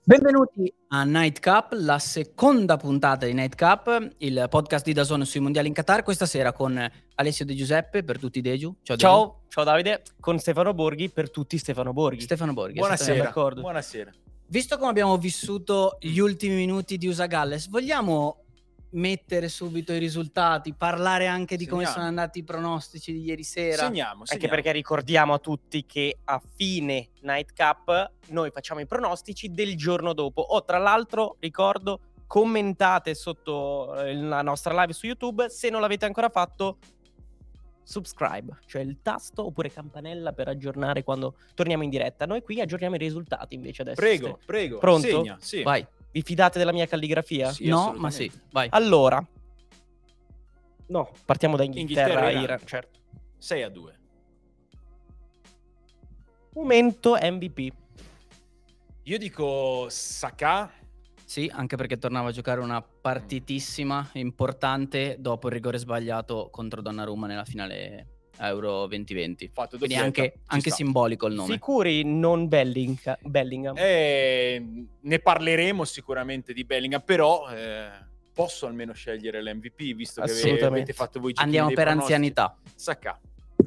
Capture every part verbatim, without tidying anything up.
Benvenuti a Night Cup, la seconda puntata di Night Cup, il podcast di DAZN sui mondiali in Qatar. Questa sera con Alessio De Giuseppe, per tutti Degiu. Ciao, Degiu. Ciao, ciao Davide, con Stefano Borghi, per tutti Stefano Borghi. Stefano Borghi. Buonasera. Buonasera. Visto come abbiamo vissuto gli ultimi minuti di U S A Galles, vogliamo mettere subito i risultati, parlare anche di Segniamo. come sono andati i pronostici di ieri sera? Segniamo, segniamo. Anche perché ricordiamo a tutti che a fine Night Cup noi facciamo i pronostici del giorno dopo. O tra l'altro, ricordo, commentate sotto la nostra live su YouTube. Se non l'avete ancora fatto, subscribe, cioè il tasto oppure campanella per aggiornare quando torniamo in diretta. Noi qui aggiorniamo i risultati invece adesso. Prego, Ste. prego. Pronto? Segna, sì. Vai. Vi fidate della mia calligrafia? Sì, No, assolutamente. ma sì, vai. Allora, no, partiamo da Inghilterra, Inghilterra, Iran, Iran. certo. sei a due. Momento M V P. Io dico Saka. Sì, anche perché tornava a giocare una partitissima importante dopo il rigore sbagliato contro Donnarumma nella finale Euro duemilaventi. Fatto Quindi doppietta, anche, ci anche sta. simbolico il nome. Sicuri non Belling- Bellingham? Eh, ne parleremo sicuramente di Bellingham, però eh, posso almeno scegliere l'M V P, visto che Assolutamente. avete fatto voi i giochini Andiamo dei per pronostici. anzianità. Saka.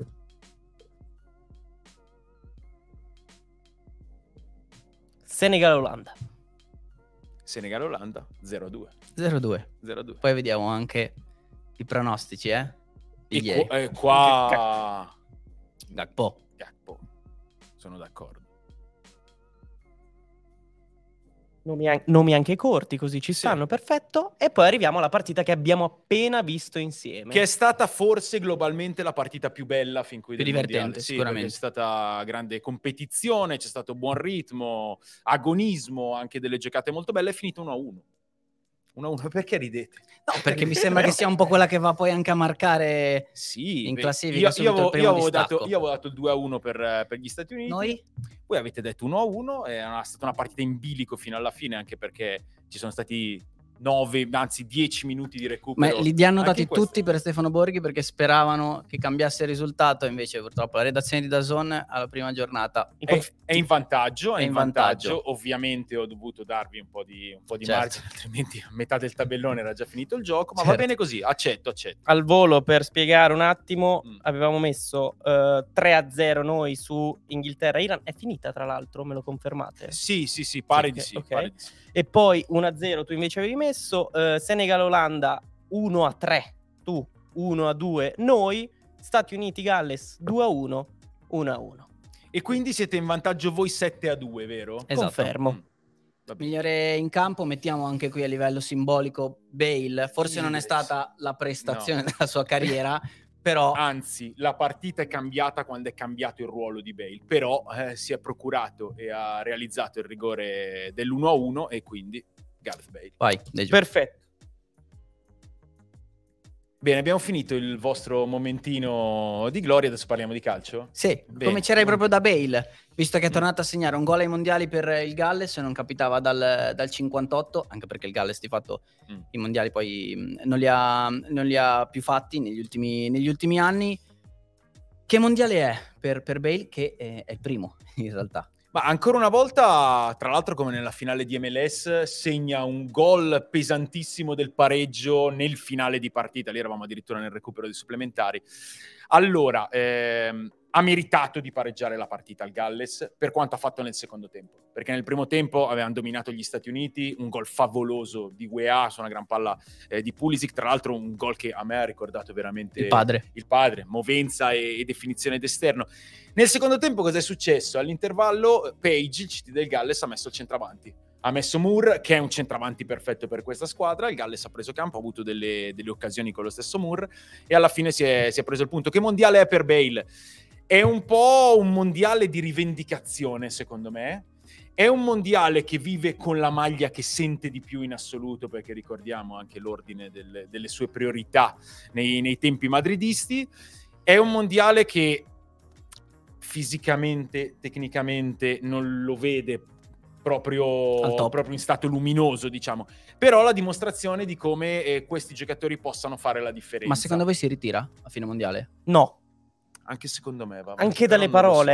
Senegal-Olanda. Senegal-Olanda zero a due. zero a due. zero a due. Poi vediamo anche i pronostici, eh? Di E ieri. qua, eh, qua... Gakpo. Gakpo. Sono d'accordo. Nomi, an- nomi anche corti, così ci Sì. stanno, perfetto. E poi arriviamo alla partita che abbiamo appena visto insieme. Che è stata forse globalmente la partita più bella fin qui Più del divertente, mondiale. Sì, sicuramente. perché c'è stata grande competizione, c'è stato buon ritmo, agonismo, anche delle giocate molto belle. È finito uno a uno. uno a uno. Perché ridete? No, perché mi sembra che sia un po' quella che va poi anche a marcare Sì, in beh, classifica io, io, subito il avevo, primo io, avevo distacco. dato, io avevo dato il due a uno per, per gli Stati Uniti. Noi? Voi avete detto uno a uno, è una- stata una partita in bilico fino alla fine, anche perché ci sono stati nove, anzi dieci minuti di Ma recupero. li hanno anche dati in questo. tutti per Stefano Borghi perché speravano che cambiasse il risultato, invece purtroppo la redazione di DAZN alla prima giornata In È, conf- è in vantaggio, è, È in in vantaggio. vantaggio. Ovviamente ho dovuto darvi un po' di, un po' di Certo. margine, altrimenti a metà del tabellone era già finito il gioco, ma va Certo. bene così, accetto, accetto. Al volo, per spiegare un attimo, Mm. avevamo messo eh, tre a zero noi su Inghilterra-Iran. È finita, tra l'altro, me lo confermate? Sì, sì, sì, pare Sì, di ok, sì, ok. pare di sì. E poi uno a zero tu invece avevi messo, eh, Senegal-Olanda uno a tre, tu uno a due, noi, Stati Uniti-Galles due a uno, uno a uno. E quindi siete in vantaggio voi sette a due, vero? Esatto. Confermo. Mm. Va bene. Migliore in campo, mettiamo anche qui a livello simbolico Bale. Forse Sì, non è sì. stata la prestazione No. della sua carriera, però Anzi, la partita è cambiata quando è cambiato il ruolo di Bale, però eh, si è procurato e ha realizzato il rigore dell'uno a uno e quindi Gareth Bale. vai, Deggio. Perfetto. Bene, abbiamo finito il vostro momentino di gloria, adesso parliamo di calcio? Sì, Bene. comincerei proprio da Bale, visto che è Mm. tornato a segnare un gol ai mondiali per il Galles, non capitava dal, dal cinquantotto, anche perché il Galles di fatto Mm. i mondiali poi mh, non li ha, non li ha più fatti negli ultimi, negli ultimi anni. Che mondiale è per, per Bale? Che è, è il primo, in realtà. Ma ancora una volta, tra l'altro come nella finale di M L S, segna un gol pesantissimo del pareggio nel finale di partita, lì eravamo addirittura nel recupero dei supplementari. Allora, ehm, ha meritato di pareggiare la partita al Galles per quanto ha fatto nel secondo tempo, perché nel primo tempo avevano dominato gli Stati Uniti, un gol favoloso di Weah su una gran palla eh, di Pulisic, tra l'altro un gol che a me ha ricordato veramente Il padre. il padre, movenza e, e definizione d'esterno. Nel secondo tempo cosa è successo? All'intervallo Page, il C T del Galles, ha messo il centravanti. Ha messo Moore, che è un centravanti perfetto per questa squadra. Il Galles ha preso campo, ha avuto delle, delle occasioni con lo stesso Moore e alla fine si è, si è preso il punto. Che mondiale è per Bale? È un po' un mondiale di rivendicazione, secondo me. È un mondiale che vive con la maglia che sente di più in assoluto, perché ricordiamo anche l'ordine del, delle sue priorità nei, nei tempi madridisti. È un mondiale che fisicamente, tecnicamente non lo vede proprio, Al top. proprio in stato luminoso, diciamo, però la dimostrazione di come eh, questi giocatori possano fare la differenza. Ma secondo voi si ritira a fine mondiale? No, Anche secondo me va. anche però dalle non lo so. parole, eh.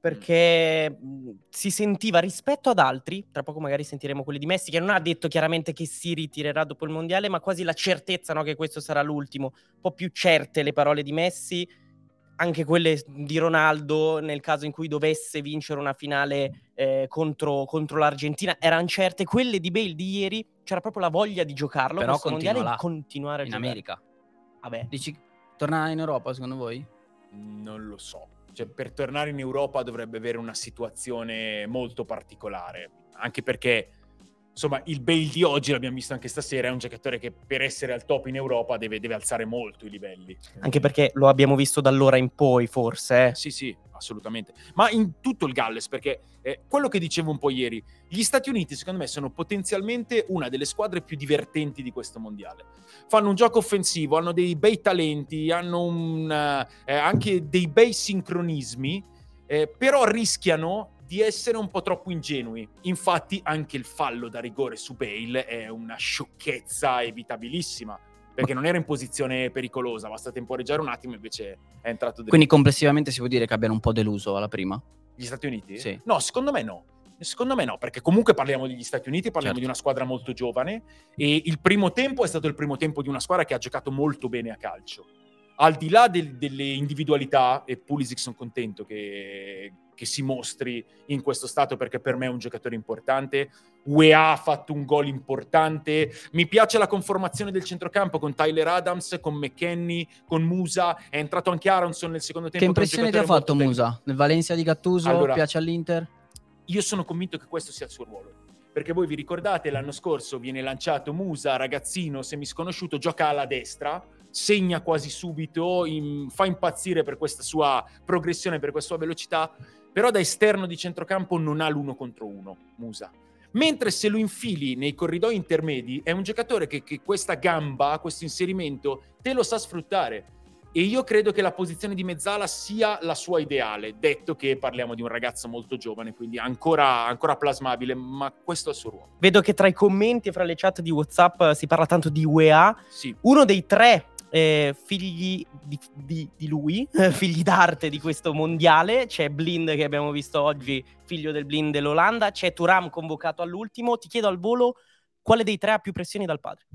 perché mh, si sentiva rispetto ad altri, tra poco magari sentiremo quelli di Messi, che non ha detto chiaramente che si ritirerà dopo il mondiale, ma quasi la certezza, no, che questo sarà l'ultimo. Un po' più certe le parole di Messi, anche quelle di Ronaldo nel caso in cui dovesse vincere una finale eh, contro, contro l'Argentina, erano certe. Quelle di Bale di ieri c'era proprio la voglia di giocarlo, Però questo continua mondiale, là, e continuare a in giocare. America. Vabbè, Dici, torna in Europa secondo voi? Non lo so. Cioè, per tornare in Europa dovrebbe avere una situazione molto particolare, anche perché insomma il Bale di oggi, l'abbiamo visto anche stasera, è un giocatore che per essere al top in Europa deve, deve alzare molto i livelli. anche perché lo abbiamo visto da allora in poi, forse. Eh. Sì, sì, assolutamente. Ma in tutto il Galles, perché eh, quello che dicevo un po' ieri, gli Stati Uniti secondo me sono potenzialmente una delle squadre più divertenti di questo mondiale. Fanno un gioco offensivo, hanno dei bei talenti, hanno un, eh, anche dei bei sincronismi, eh, però rischiano di essere un po' troppo ingenui. Infatti anche il fallo da rigore su Bale è una sciocchezza evitabilissima, perché non era in posizione pericolosa, basta temporeggiare un attimo, invece è entrato dentro. Quindi complessivamente si può dire che abbiano un po' deluso alla prima? Gli Stati Uniti? Sì. No, secondo me no. Secondo me no, perché comunque parliamo degli Stati Uniti, parliamo Certo. di una squadra molto giovane, e il primo tempo è stato il primo tempo di una squadra che ha giocato molto bene a calcio. Al di là del, delle individualità, e Pulisic sono contento che, che si mostri in questo stato, perché per me è un giocatore importante. U E A ha fatto un gol importante. Mi piace la conformazione del centrocampo con Tyler Adams, con McKennie, con Musa. È entrato anche Aronson nel secondo tempo. Che impressione ti ha fatto Musa? Nel Valencia di Gattuso? Allora, piace all'Inter? Io sono convinto che questo sia il suo ruolo, perché voi vi ricordate l'anno scorso viene lanciato Musa, ragazzino semisconosciuto, gioca alla destra, segna quasi subito, in, fa impazzire per questa sua progressione, per questa sua velocità, però da esterno di centrocampo non ha l'uno contro uno Musa. Mentre se lo infili nei corridoi intermedi è un giocatore che, che questa gamba, questo inserimento te lo sa sfruttare. E io credo che la posizione di mezzala sia la sua ideale, detto che parliamo di un ragazzo molto giovane, quindi ancora, ancora plasmabile, ma questo è il suo ruolo. Vedo che tra i commenti e fra le chat di WhatsApp si parla tanto di U E A. Sì. Uno dei tre eh, figli di, di, di lui, figli d'arte di questo mondiale, c'è Blind che abbiamo visto oggi, figlio del Blind dell'Olanda, c'è Thuram convocato all'ultimo. Ti chiedo al volo quale dei tre ha più pressioni dal padre?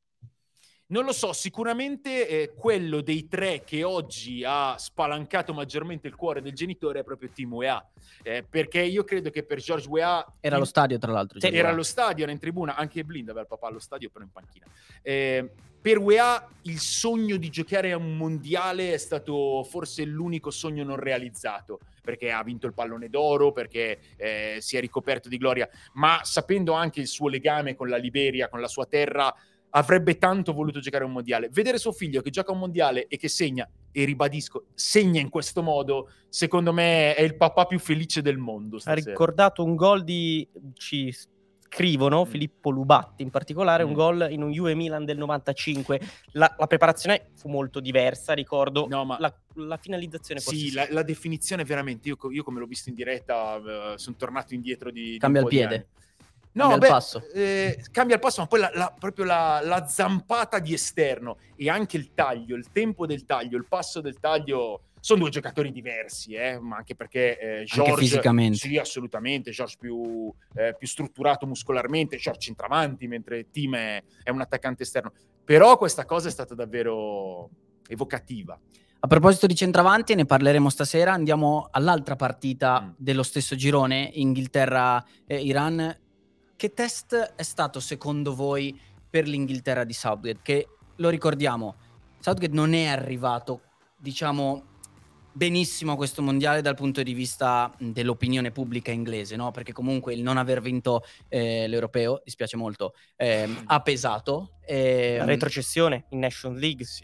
Non lo so, sicuramente eh, quello dei tre che oggi ha spalancato maggiormente il cuore del genitore è proprio Team U E A, eh, perché io credo che per George U E A era allo stadio, tra l'altro. Sì, era allo stadio, era in tribuna, anche Blind aveva il papà allo stadio, però in panchina. Eh, per U E A il sogno di giocare a un mondiale è stato forse l'unico sogno non realizzato, perché ha vinto il pallone d'oro, perché eh, si è ricoperto di gloria, ma sapendo anche il suo legame con la Liberia, con la sua terra, avrebbe tanto voluto giocare a un mondiale. Vedere suo figlio che gioca a un mondiale e che segna, e ribadisco, segna in questo modo, secondo me è il papà più felice del mondo stasera. Ha ricordato un gol di, ci scrivono, mm. Filippo Lubatti in particolare, mm. un gol in un Juve Milan del novantacinque. La, la preparazione fu molto diversa, ricordo, no, ma la, la finalizzazione forse sì, sì. La, la definizione veramente, io, io come l'ho visto in diretta, uh, sono tornato indietro di, cambia di un il po' piede. No, cambia beh, il passo. Eh, cambia il passo, ma poi la, la, proprio la, la zampata di esterno e anche il taglio, il tempo del taglio, il passo del taglio. Sono due giocatori diversi, eh, ma anche perché eh, George, anche fisicamente. Sì, assolutamente. George più, eh, più strutturato muscolarmente, George centravanti, mentre Tim è, è un attaccante esterno. Però questa cosa è stata davvero evocativa. A proposito di centravanti, ne parleremo stasera. Andiamo all'altra partita Mm. dello stesso girone, Inghilterra-Iran. Che test è stato secondo voi per l'Inghilterra di Southgate? Che, lo ricordiamo, Southgate non è arrivato, diciamo, benissimo a questo mondiale dal punto di vista dell'opinione pubblica inglese, no? Perché comunque il non aver vinto eh, l'Europeo, dispiace molto, eh, ha pesato. Eh, La retrocessione in Nations League, sì.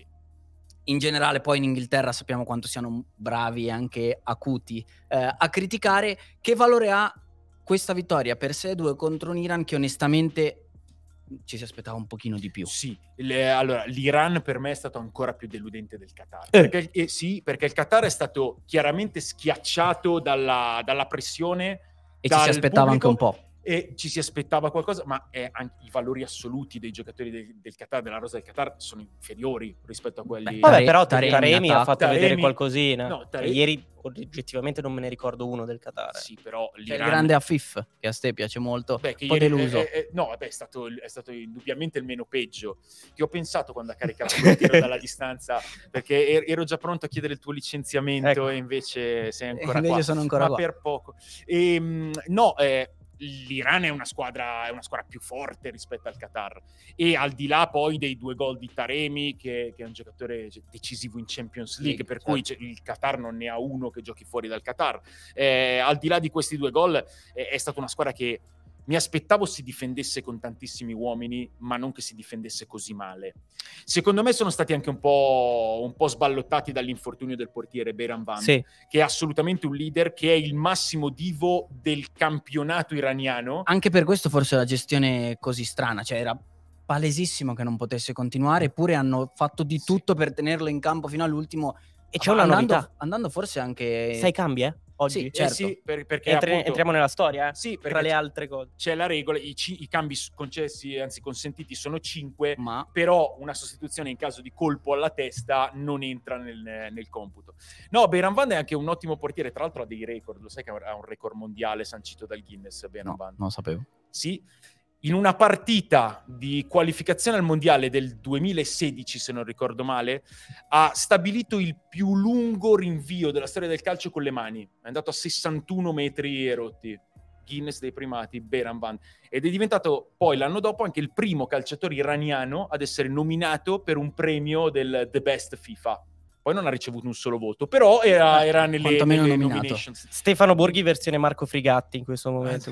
In generale poi in Inghilterra sappiamo quanto siano bravi e anche acuti eh, a criticare. Che valore ha questa vittoria per sé due contro un Iran che onestamente ci si aspettava un pochino di più? Sì, le, allora l'Iran per me è stato ancora più deludente del Qatar. Eh. Perché, eh, sì, perché il Qatar è stato chiaramente schiacciato dalla, dalla pressione e ci si aspettava pubblico, anche un po'. e ci si aspettava qualcosa, ma è anche i valori assoluti dei giocatori del, del Qatar, della rosa del Qatar, sono inferiori rispetto a quelli. Vabbè, Tare- però Taremi Taremi, ha attacco. fatto vedere Taremi- qualcosina. no, E Tare- ieri oggettivamente non me ne ricordo uno del Qatar. Sì, però C'è il l'Iran... grande Afif, che a te piace molto, Beh, che un po' ieri- deluso. eh, eh, no, vabbè, è stato, è stato indubbiamente il meno peggio. Che ho pensato quando ha caricato quel tiro dalla distanza, perché er- ero già pronto a chiedere il tuo licenziamento, Ecco. e invece sei ancora Invece qua. sono ancora ma qua. per poco. E, no, eh, l'Iran è una squadra è una squadra più forte rispetto al Qatar, e al di là poi dei due gol di Taremi, che, che è un giocatore decisivo in Champions League, League, per certo. cui c'è- il Qatar non ne ha uno che giochi fuori dal Qatar. Eh, al di là di questi due gol, è, è stata una squadra che mi aspettavo si difendesse con tantissimi uomini, ma non che si difendesse così male. Secondo me sono stati anche un po', un po' sballottati dall'infortunio del portiere Beiran Vand, Sì. che è assolutamente un leader, che è il massimo divo del campionato iraniano. Anche per questo forse la gestione è così strana, cioè era palesissimo che non potesse continuare, eppure hanno fatto di tutto per tenerlo in campo fino all'ultimo. E c'è una andando, novità. andando forse anche... Sei cambi, eh? Oggi? Sì, Eh certo. sì, per- perché Entri- appunto, entriamo nella storia, eh? sì, perché Tra le c'è- altre cose. c'è la regola, i, ci- i cambi s- concessi, anzi consentiti, sono cinque, Ma però una sostituzione in caso di colpo alla testa non entra nel, nel computo. No, Beiran Vand è anche un ottimo portiere, tra l'altro ha dei record, lo sai che ha un record mondiale sancito dal Guinness, Beiran no, Vand? non lo sapevo. Sì, in una partita di qualificazione al mondiale del duemilasedici, se non ricordo male, ha stabilito il più lungo rinvio della storia del calcio con le mani. È andato a sessantuno metri e rotti. Guinness dei primati, Beiran Vand. Ed è diventato poi l'anno dopo anche il primo calciatore iraniano ad essere nominato per un premio del The Best FIFA. Poi non ha ricevuto un solo voto, però era, era nelle, Quantomeno nelle nominato. nominations. Stefano Borghi versione Marco Frigatti in questo momento.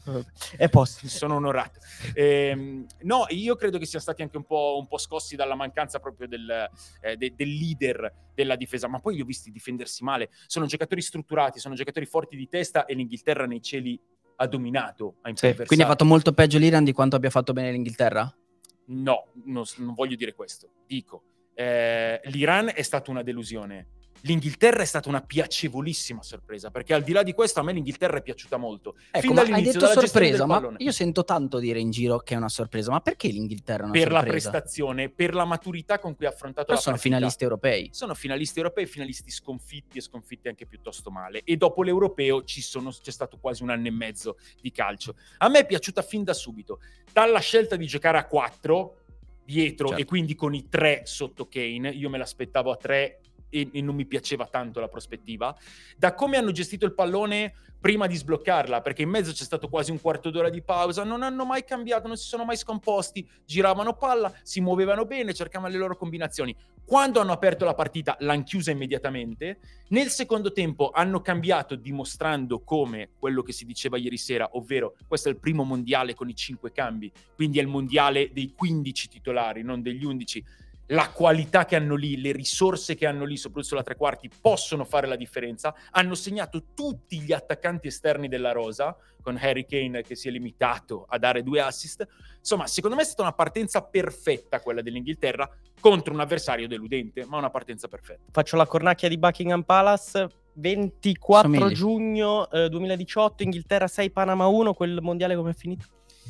E posto. Sono onorato. Ehm, no, io credo che siano stati anche un po', un po' scossi dalla mancanza proprio del, eh, de- del leader della difesa, ma poi li ho visti difendersi male. Sono giocatori strutturati, sono giocatori forti di testa, e l'Inghilterra nei cieli ha dominato, ha imperversato. Quindi ha fatto molto peggio l'Iran di quanto abbia fatto bene l'Inghilterra? No, non, non voglio dire questo. Dico, eh, l'Iran è stata una delusione. L'Inghilterra è stata una piacevolissima sorpresa, perché al di là di questo a me l'Inghilterra è piaciuta molto. Ecco, Fin ma hai dall'inizio, detto dalla gestione sorpresa, del ma pallone. io sento tanto dire in giro che è una sorpresa, ma perché l'Inghilterra è una Per la sorpresa? prestazione, per la maturità con cui ha affrontato Però la sono partita. finalisti europei. Sono finalisti europei, finalisti sconfitti e sconfitti anche piuttosto male. E dopo l'europeo ci sono, c'è stato quasi un anno e mezzo di calcio. A me è piaciuta fin da subito, dalla scelta di giocare a quattro dietro, Certo. e quindi con i tre sotto Kane. Io me l'aspettavo a tre e, e non mi piaceva tanto la prospettiva, da come hanno gestito il pallone prima di sbloccarla, perché in mezzo c'è stato quasi un quarto d'ora di pausa, non hanno mai cambiato, non si sono mai scomposti, giravano palla, si muovevano bene, cercavano le loro combinazioni. Quando hanno aperto la partita l'hanno chiusa immediatamente. Nel secondo tempo hanno cambiato, dimostrando come quello che si diceva ieri sera, ovvero questo è il primo mondiale con i cinque cambi, quindi è il mondiale dei quindici titolari, non degli undici. La qualità che hanno lì, le risorse che hanno lì, soprattutto sulla tre quarti, possono fare la differenza. Hanno segnato tutti gli attaccanti esterni della rosa, con Harry Kane che si è limitato a dare due assist. Insomma, secondo me è stata una partenza perfetta quella dell'Inghilterra contro un avversario deludente, ma una partenza perfetta. Faccio la cornacchia di Buckingham Palace. ventiquattro Somigli. giugno eh, duemiladiciotto, Inghilterra sei, Panama uno. Quel mondiale come è finito?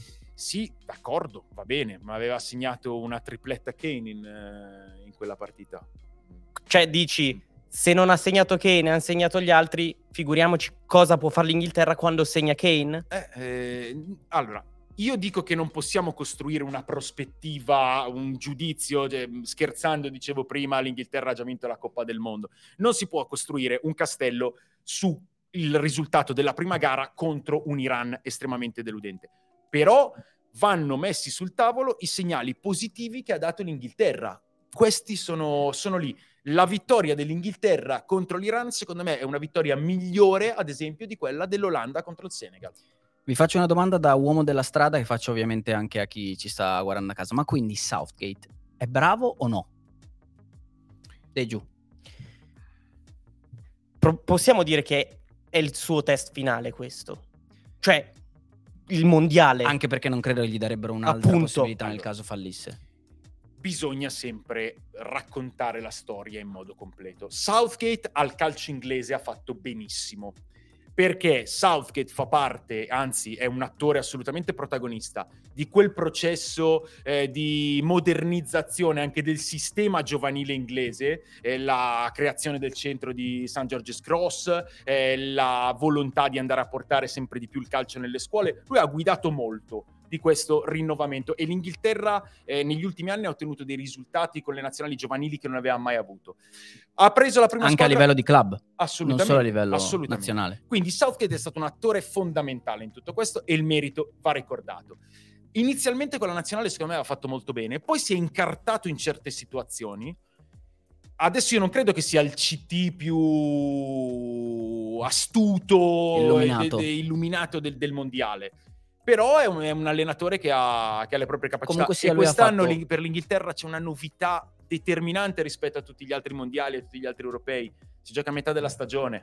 Sì, d'accordo, va bene, ma aveva segnato una tripletta Kane in, eh, in quella partita. Cioè dici, se non ha segnato Kane e hanno segnato gli altri, figuriamoci cosa può fare l'Inghilterra quando segna Kane? Eh, eh, allora, io dico che non possiamo costruire una prospettiva, un giudizio, cioè, scherzando dicevo prima, l'Inghilterra ha già vinto la Coppa del Mondo. Non si può costruire un castello su il risultato della prima gara contro un Iran estremamente deludente. Però vanno messi sul tavolo i segnali positivi che ha dato l'Inghilterra. Questi sono, sono lì. La vittoria dell'Inghilterra contro l'Iran, secondo me, è una vittoria migliore, ad esempio, di quella dell'Olanda contro il Senegal. Vi faccio una domanda da uomo della strada, che faccio ovviamente anche a chi ci sta guardando a casa. Ma quindi Southgate è bravo o no? Dei giù. Pro- possiamo dire che è il suo test finale questo? Cioè, il mondiale. Anche perché non credo che gli darebbero un'altra Appunto. possibilità nel Allora. caso fallisse. Bisogna sempre raccontare la storia in modo completo. Southgate al calcio inglese ha fatto benissimo. perché Southgate fa parte, anzi è un attore assolutamente protagonista di quel processo eh, di modernizzazione anche del sistema giovanile inglese, eh, la creazione del centro di Saint George's Cross, eh, la volontà di andare a portare sempre di più il calcio nelle scuole. Lui ha guidato molto di questo rinnovamento e l'Inghilterra eh, negli ultimi anni ha ottenuto dei risultati con le nazionali giovanili che non aveva mai avuto. Ha preso la prima anche squadra... a livello di club, assolutamente, non solo a livello assolutamente. nazionale. Quindi Southgate è stato un attore fondamentale in tutto questo e il merito va ricordato. Inizialmente con la nazionale secondo me aveva fatto molto bene, poi si è incartato in certe situazioni. Adesso io non credo che sia il C T più astuto, illuminato, de, de, illuminato del, del mondiale. Però è un, è un allenatore che ha, che ha le proprie capacità. Sia, e quest'anno fatto... per l'Inghilterra c'è una novità determinante rispetto a tutti gli altri mondiali e a tutti gli altri europei. Si gioca a metà della stagione.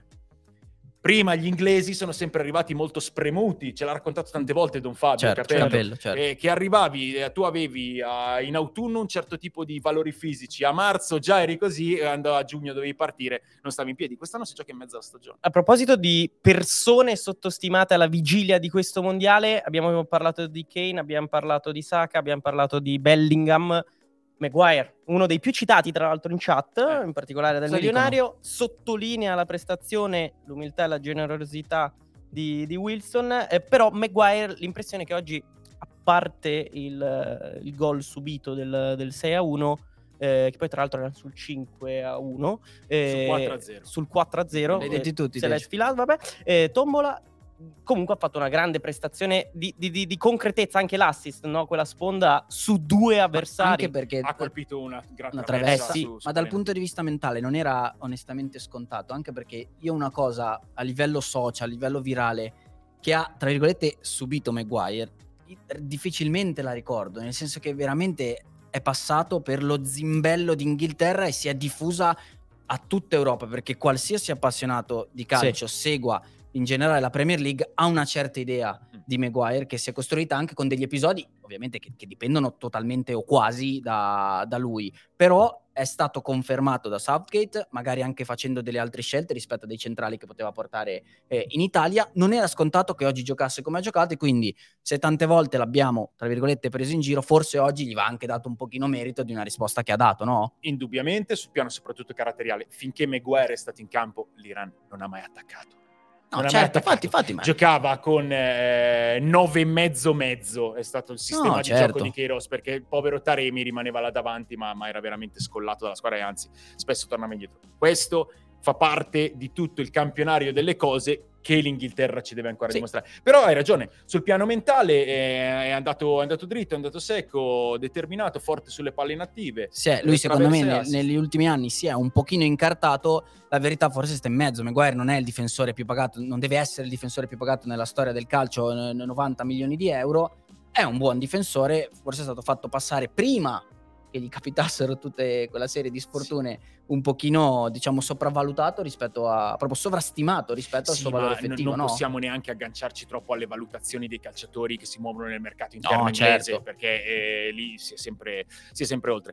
Prima gli inglesi sono sempre arrivati molto spremuti, ce l'ha raccontato tante volte Don Fabio, certo, Capello, Capello, certo. Eh, che arrivavi, eh, tu avevi uh, in autunno un certo tipo di valori fisici, a marzo già eri così, e a giugno dovevi partire, non stavi in piedi. Quest'anno si gioca in mezzo alla stagione. A proposito di persone sottostimate alla vigilia di questo mondiale, abbiamo parlato di Kane, abbiamo parlato di Saka, abbiamo parlato di Bellingham. Maguire, uno dei più citati tra l'altro in chat, eh, in particolare del milionario, dicono? Sottolinea la prestazione, l'umiltà e la generosità di, di Wilson, eh, però Maguire, l'impressione che oggi, a parte il, il gol subito del, del sei a uno, eh, che poi tra l'altro era sul cinque a uno, eh, sul quattro a zero, sul quattro a zero, li detti tutti, se l'è sfilato, vabbè, eh, Tombola comunque ha fatto una grande prestazione di, di, di, di concretezza, anche l'assist, no? Quella sponda su due avversari, anche perché ha colpito una gran una traversa, traversa, sì, su, su ma dal punto di vista mentale non era onestamente scontato, anche perché io una cosa a livello social, a livello virale, che ha tra virgolette subito Maguire, difficilmente la ricordo, nel senso che veramente è passato per lo zimbello d'Inghilterra e si è diffusa a tutta Europa, perché qualsiasi appassionato di calcio sì. segua in generale la Premier League ha una certa idea di Maguire, che si è costruita anche con degli episodi ovviamente che, che dipendono totalmente o quasi da, da lui, però è stato confermato da Southgate, magari anche facendo delle altre scelte rispetto a dei centrali che poteva portare eh, in Italia. Non era scontato che oggi giocasse come ha giocato, e quindi se tante volte l'abbiamo tra virgolette preso in giro, forse oggi gli va anche dato un pochino merito di una risposta che ha dato, no? Indubbiamente, sul piano soprattutto caratteriale. Finché Maguire è stato in campo, l'Iran non ha mai attaccato. No, certo, infatti, infatti, ma... giocava con eh, nove e mezzo mezzo, è stato il sistema no, di certo. gioco di Queiroz, perché il povero Taremi rimaneva là davanti, ma, ma era veramente scollato dalla squadra e anzi spesso tornava indietro. Questo fa parte di tutto il campionario delle cose che l'Inghilterra ci deve ancora sì. dimostrare. Però hai ragione, sul piano mentale è andato, è andato dritto, è andato secco, determinato, forte sulle palle inattive. Sì, lui secondo me nel, negli ultimi anni si è un pochino incartato, la verità forse sta in mezzo. Maguire non è il difensore più pagato, non deve essere il difensore più pagato nella storia del calcio, novanta milioni di euro, è un buon difensore, forse è stato fatto passare prima che gli capitassero tutte quella serie di sfortune sì. un pochino, diciamo, sopravvalutato rispetto a, proprio sovrastimato rispetto sì, al suo valore effettivo. Non no? possiamo neanche agganciarci troppo alle valutazioni dei calciatori che si muovono nel mercato interno no, inglese, certo. perché eh, lì si è, sempre, si è sempre oltre.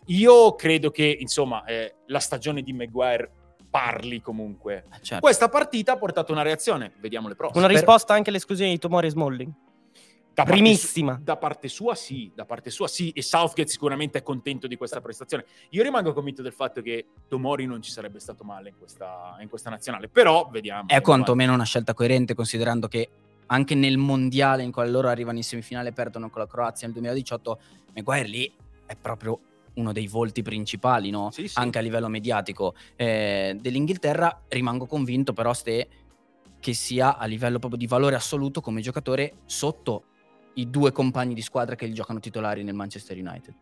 Io credo che, insomma, eh, la stagione di Maguire parli comunque. Eh, certo. Questa partita ha portato una reazione, vediamo le prossime. Una risposta anche all'esclusione di Tomori e Smalling. Da primissima parte su, da parte sua sì, da parte sua sì, e Southgate sicuramente è contento di questa prestazione. Io rimango convinto del fatto che Tomori non ci sarebbe stato male in questa, in questa nazionale, però vediamo. È quantomeno una scelta coerente, considerando che anche nel mondiale in quale loro arrivano in semifinale e perdono con la Croazia nel duemiladiciotto, Maguire lì è proprio uno dei volti principali, no? Sì, sì. Anche a livello mediatico eh, dell'Inghilterra. Rimango convinto però ste che sia a livello proprio di valore assoluto come giocatore sotto i due compagni di squadra che gli giocano titolari nel Manchester United.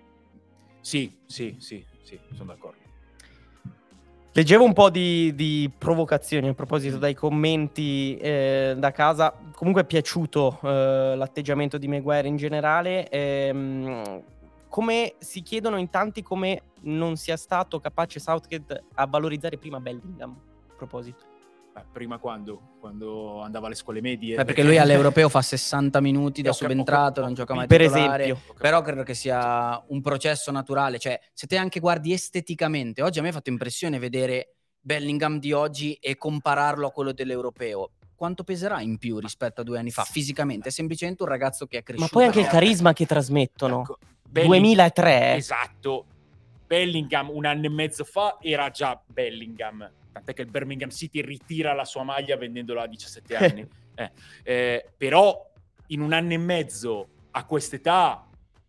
Sì, sì, sì, sì, sono d'accordo. Leggevo un po' di, di provocazioni a proposito dai commenti eh, da casa. Comunque è piaciuto eh, l'atteggiamento di Maguire in generale. Ehm, come si chiedono in tanti come non sia stato capace Southgate a valorizzare prima Bellingham, a proposito. Prima quando? Quando andava alle scuole medie? Beh, perché lui all'Europeo fa sessanta minuti da ho subentrato, ho, ho, non gioca mai per titolare, esempio. però credo che sia un processo naturale. Cioè, se te anche guardi esteticamente, oggi a me ha fatto impressione vedere Bellingham di oggi e compararlo a quello dell'europeo, quanto peserà in più rispetto a due anni fa fisicamente? È semplicemente un ragazzo che è cresciuto. Ma poi anche il no? carisma che trasmettono. Ecco, Belling- duemilatré. Esatto. Bellingham un anno e mezzo fa era già Bellingham. Tant'è che il Birmingham City ritira la sua maglia vendendolo a diciassette anni. eh, eh, però in un anno e mezzo a quest'età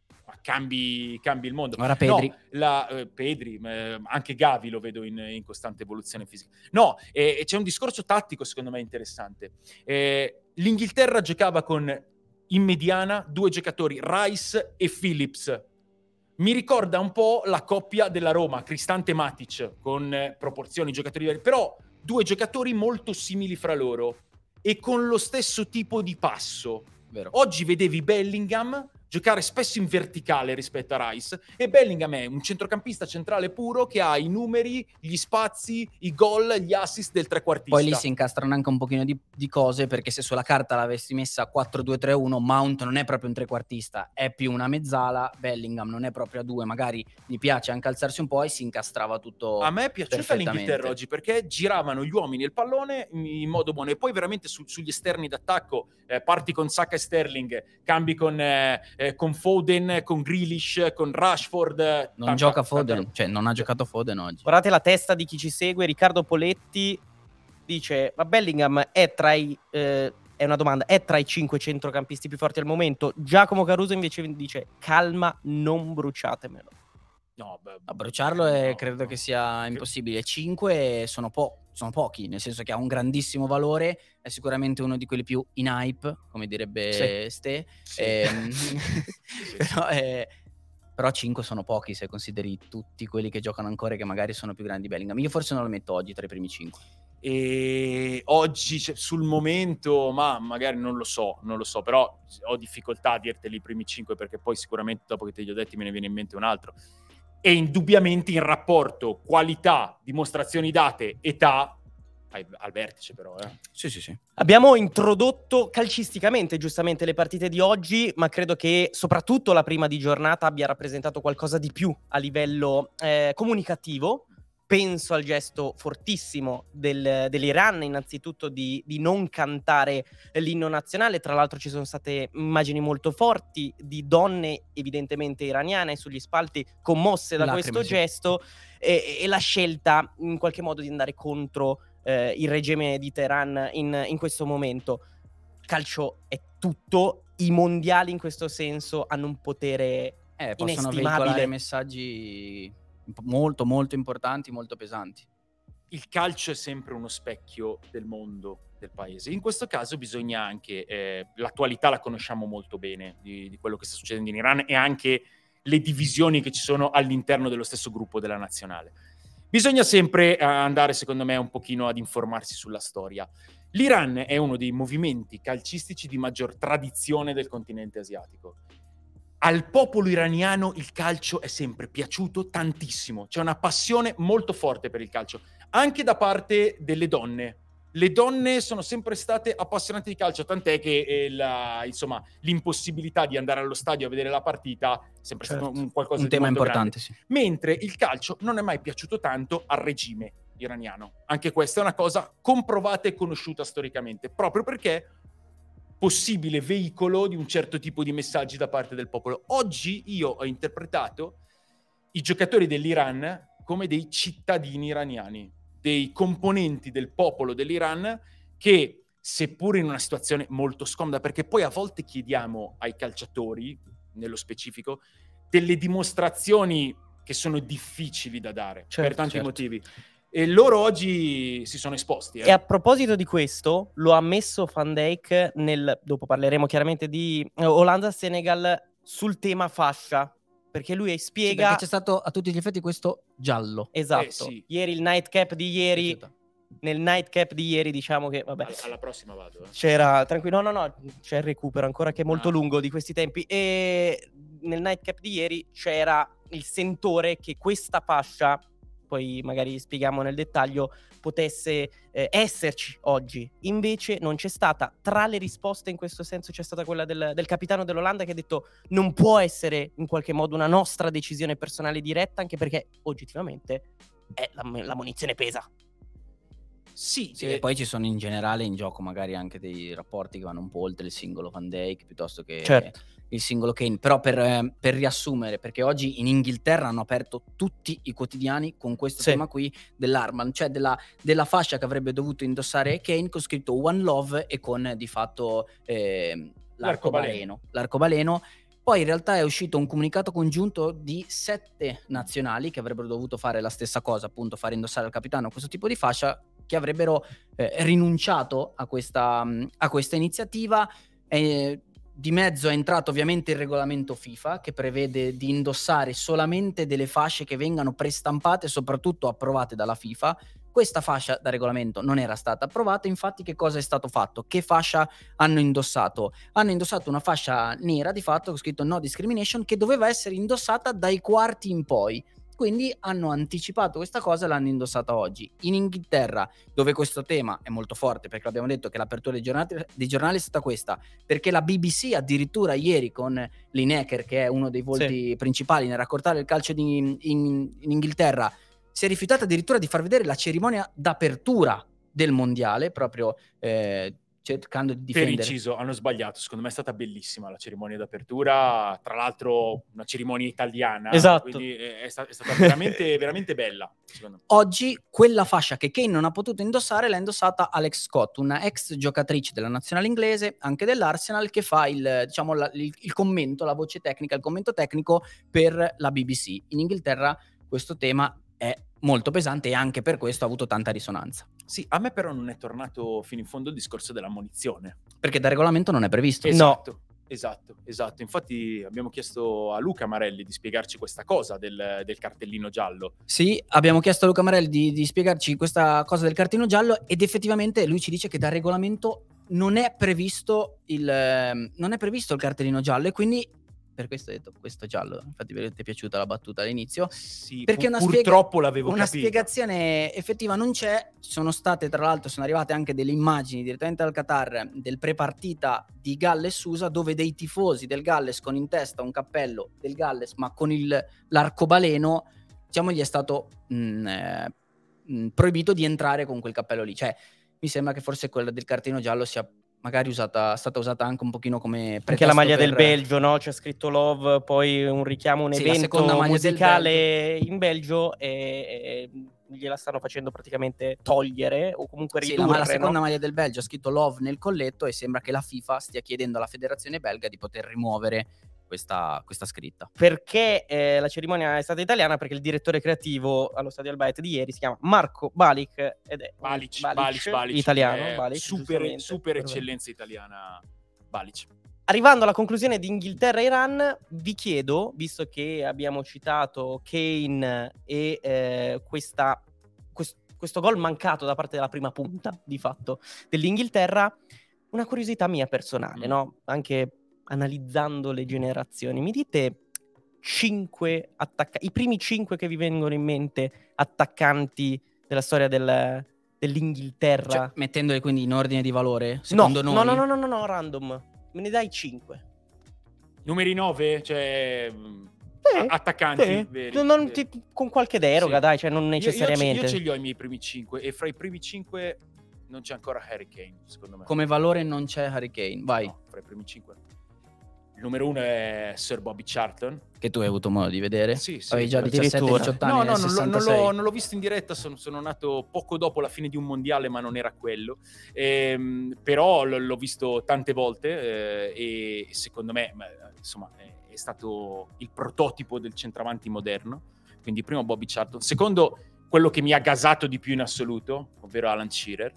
cambi, cambi il mondo. Ora Pedri. No, la, eh, Pedri, eh, anche Gavi lo vedo in, in costante evoluzione fisica. No, eh, c'è un discorso tattico secondo me interessante. Eh, L'Inghilterra giocava con in mediana due giocatori, Rice e Phillips. Mi ricorda un po' la coppia della Roma, Cristante e Matic, con eh, proporzioni giocatori diversi, però due giocatori molto simili fra loro e con lo stesso tipo di passo. Vero. Oggi vedevi Bellingham giocare spesso in verticale rispetto a Rice, e Bellingham è un centrocampista centrale puro che ha i numeri, gli spazi, i gol, gli assist del trequartista. Poi lì si incastrano anche un pochino di, di cose, perché se sulla carta l'avessi messa quattro due tre uno, Mount non è proprio un trequartista, è più una mezzala. Bellingham non è proprio a due, magari gli piace anche alzarsi un po' e si incastrava tutto. A me è piaciuta perfettamente. l'Inghilterra oggi perché giravano gli uomini e il pallone in modo buono, e poi veramente su, sugli esterni d'attacco eh, parti con Saka e Sterling, cambi con, eh, eh, con Foden, con Grealish, con Rashford. Non tanta, gioca Foden, tanta... cioè non ha giocato Foden oggi. Guardate la testa di chi ci segue. Riccardo Poletti dice: ma Bellingham è tra i eh, è una domanda, è tra i cinque centrocampisti più forti al momento? Giacomo Caruso invece dice: calma, non bruciatemelo. No, beh, A bruciarlo è, no, credo no. che sia impossibile. cinque sono, po- sono pochi, nel senso che ha un grandissimo valore, è sicuramente uno di quelli più in hype, come direbbe Sì. Ste. Sì. Ehm, Sì, però, è, però cinque sono pochi se consideri tutti quelli che giocano ancora e che magari sono più grandi di Bellingham. Io forse non lo metto oggi tra i primi cinque. E oggi cioè, sul momento, ma magari non lo so, non lo so, però ho difficoltà a dirteli i primi cinque, perché poi sicuramente dopo che te li ho detti me ne viene in mente un altro. E indubbiamente in rapporto qualità, dimostrazioni date, età, al vertice però. Eh. Sì, sì, sì. Abbiamo introdotto calcisticamente giustamente le partite di oggi, ma credo che soprattutto la prima di giornata abbia rappresentato qualcosa di più a livello eh, comunicativo. Penso al gesto fortissimo del, dell'Iran, innanzitutto di, di non cantare l'inno nazionale. Tra l'altro ci sono state immagini molto forti di donne evidentemente iraniane sugli spalti commosse da Lacrime, questo sì. gesto, e, e la scelta in qualche modo di andare contro eh, il regime di Teheran in, in questo momento. Calcio è tutto, i mondiali in questo senso hanno un potere Eh, possono inestimabile. veicolare messaggi molto molto importanti, molto pesanti. Il calcio è sempre uno specchio del mondo, del paese. In questo caso bisogna anche, eh, l'attualità la conosciamo molto bene di, di quello che sta succedendo in Iran, e anche le divisioni che ci sono all'interno dello stesso gruppo della nazionale. Bisogna sempre eh, andare, secondo me, un pochino ad informarsi sulla storia. L'Iran è uno dei movimenti calcistici di maggior tradizione del continente asiatico. Al popolo iraniano il calcio è sempre piaciuto tantissimo, c'è una passione molto forte per il calcio, anche da parte delle donne. Le donne sono sempre state appassionate di calcio, tant'è che eh, la, insomma, l'impossibilità di andare allo stadio a vedere la partita è sempre Certo. stato un qualcosa Un di tema molto importante, grande. sì. Mentre il calcio non è mai piaciuto tanto al regime iraniano. Anche questa è una cosa comprovata e conosciuta storicamente, proprio perché possibile veicolo di un certo tipo di messaggi da parte del popolo. Oggi io ho interpretato i giocatori dell'Iran come dei cittadini iraniani, dei componenti del popolo dell'Iran che, seppur in una situazione molto scomoda, perché poi a volte chiediamo ai calciatori, nello specifico, delle dimostrazioni che sono difficili da dare, Certo, per tanti certo. motivi. E loro oggi si sono esposti. Eh. E a proposito di questo, lo ha ammesso Van Dijk nel, dopo parleremo chiaramente di eh, Olanda-Senegal, sul tema fascia, perché lui Sì, spiega... perché c'è stato a tutti gli effetti questo giallo. Esatto, Eh, sì. ieri il nightcap di ieri, Rifiuta. nel nightcap di ieri diciamo che, vabbè, Alla, alla prossima vado. Eh. c'era, tranquillo, no, no, no, c'è il recupero ancora che è molto Ah. lungo di questi tempi, e nel nightcap di ieri c'era il sentore che questa fascia, poi magari spieghiamo nel dettaglio, potesse eh, esserci oggi. Invece non c'è stata. Tra le risposte in questo senso c'è stata quella del, del capitano dell'Olanda, che ha detto non può essere in qualche modo una nostra decisione personale diretta, anche perché oggettivamente eh, la, la munizione pesa. Sì, Sì, eh, e poi ci sono in generale in gioco magari anche dei rapporti che vanno un po' oltre il singolo Van Dijk piuttosto che Certo. il singolo Kane. Però per, eh, per riassumere, perché oggi in Inghilterra hanno aperto tutti i quotidiani con questo Sì. tema qui dell'armband, cioè della, della fascia che avrebbe dovuto indossare Kane con scritto One Love e con di fatto eh, l'arcobaleno. L'arcobaleno. Poi in realtà è uscito un comunicato congiunto di sette nazionali che avrebbero dovuto fare la stessa cosa, appunto fare indossare al capitano questo tipo di fascia, che avrebbero eh, rinunciato a questa, mh, a questa iniziativa. Eh, di mezzo è entrato ovviamente il regolamento FIFA che prevede di indossare solamente delle fasce che vengano prestampate e soprattutto approvate dalla FIFA. Questa fascia da regolamento non era stata approvata, infatti che cosa è stato fatto? Che fascia hanno indossato? Hanno indossato una fascia nera di fatto con scritto no discrimination che doveva essere indossata dai quarti in poi. Quindi hanno anticipato questa cosa e l'hanno indossata oggi. In Inghilterra, dove questo tema è molto forte, perché abbiamo detto che l'apertura dei giornali, dei giornali è stata questa, perché la B B C addirittura ieri con Lineker, che è uno dei volti sì. principali nel raccontare il calcio di, in, in Inghilterra, si è rifiutata addirittura di far vedere la cerimonia d'apertura del mondiale, proprio eh, cercando di difendere. Per inciso, hanno sbagliato, secondo me è stata bellissima la cerimonia d'apertura, tra l'altro una cerimonia italiana, esatto. Quindi è, è, sta- è stata veramente, veramente bella. Secondo me. Oggi quella fascia che Kane non ha potuto indossare l'ha indossata Alex Scott, una ex giocatrice della nazionale inglese, anche dell'Arsenal, che fa il, diciamo, la, il, il commento, la voce tecnica, il commento tecnico per la B B C. In Inghilterra questo tema è molto pesante e anche per questo ha avuto tanta risonanza. Sì, a me però non è tornato fino in fondo il discorso dell'ammonizione. Perché da regolamento non è previsto. Esatto, no. esatto, esatto. Infatti abbiamo chiesto a Luca Marelli di spiegarci questa cosa del, del cartellino giallo. Sì, abbiamo chiesto a Luca Marelli di, di spiegarci questa cosa del cartellino giallo ed effettivamente lui ci dice che da regolamento non è previsto il, non è previsto il cartellino giallo e quindi per questo ho detto questo giallo, infatti vi è piaciuta la battuta all'inizio. Sì, perché pu- una purtroppo spiega- l'avevo una capito. spiegazione effettiva non c'è. Sono state, tra l'altro, sono arrivate anche delle immagini direttamente dal Qatar del prepartita di Galles-U S A, dove dei tifosi del Galles con in testa un cappello del Galles, ma con il, l'arcobaleno, diciamo, gli è stato mh, eh, mh, proibito di entrare con quel cappello lì. Cioè, mi sembra che forse quella del cartellino giallo sia magari usata, stata usata anche un pochino come pretesto. Anche la maglia per... del Belgio, no? C'è scritto Love, poi un richiamo, un sì, la evento seconda maglia musicale del Belgio. in Belgio e, e gliela stanno facendo praticamente togliere o comunque sì, ridurre, la, la seconda no? maglia del Belgio ha scritto Love nel colletto e sembra che la FIFA stia chiedendo alla federazione belga di poter rimuovere questa, questa scritta. Perché eh, la cerimonia è stata italiana? Perché il direttore creativo allo Stadio Al Bayt di ieri si chiama Marco Balic ed è Balic, Balic, Balic, Balic, italiano, eh, Balic, super, super eccellenza italiana Balic. Arrivando alla conclusione di Inghilterra-Iran, vi chiedo, visto che abbiamo citato Kane e eh, questa, quest, questo gol mancato da parte della prima punta, di fatto, dell'Inghilterra, una curiosità mia personale, mm. no? Anche analizzando le generazioni. Mi dite cinque attaccanti, i primi cinque che vi vengono in mente attaccanti della storia del, dell'Inghilterra? Cioè, mettendoli quindi in ordine di valore, secondo no, noi? No, no, no, no, no, random. Me ne dai cinque. Numeri nove? Cioè... Eh, attaccanti eh, veri, non veri. Ti, con qualche deroga, sì. dai, cioè non necessariamente. Io, io, ce, io ce li ho i miei primi cinque e fra i primi cinque non c'è ancora Harry Kane, secondo me. Come valore non c'è Harry Kane, vai. No, fra i primi cinque. Il numero uno è Sir Bobby Charlton. Che tu hai avuto modo di vedere? Sì, sì. Avevi già diciassette diciotto anni. No, nel no, non, non, l'ho, non l'ho visto in diretta, sono, sono nato poco dopo la fine di un mondiale, ma non era quello. Ehm, però l- l'ho visto tante volte eh, e secondo me, insomma, è, è stato il prototipo del centravanti moderno. Quindi primo Bobby Charlton. Secondo, quello che mi ha gasato di più in assoluto, ovvero Alan Shearer.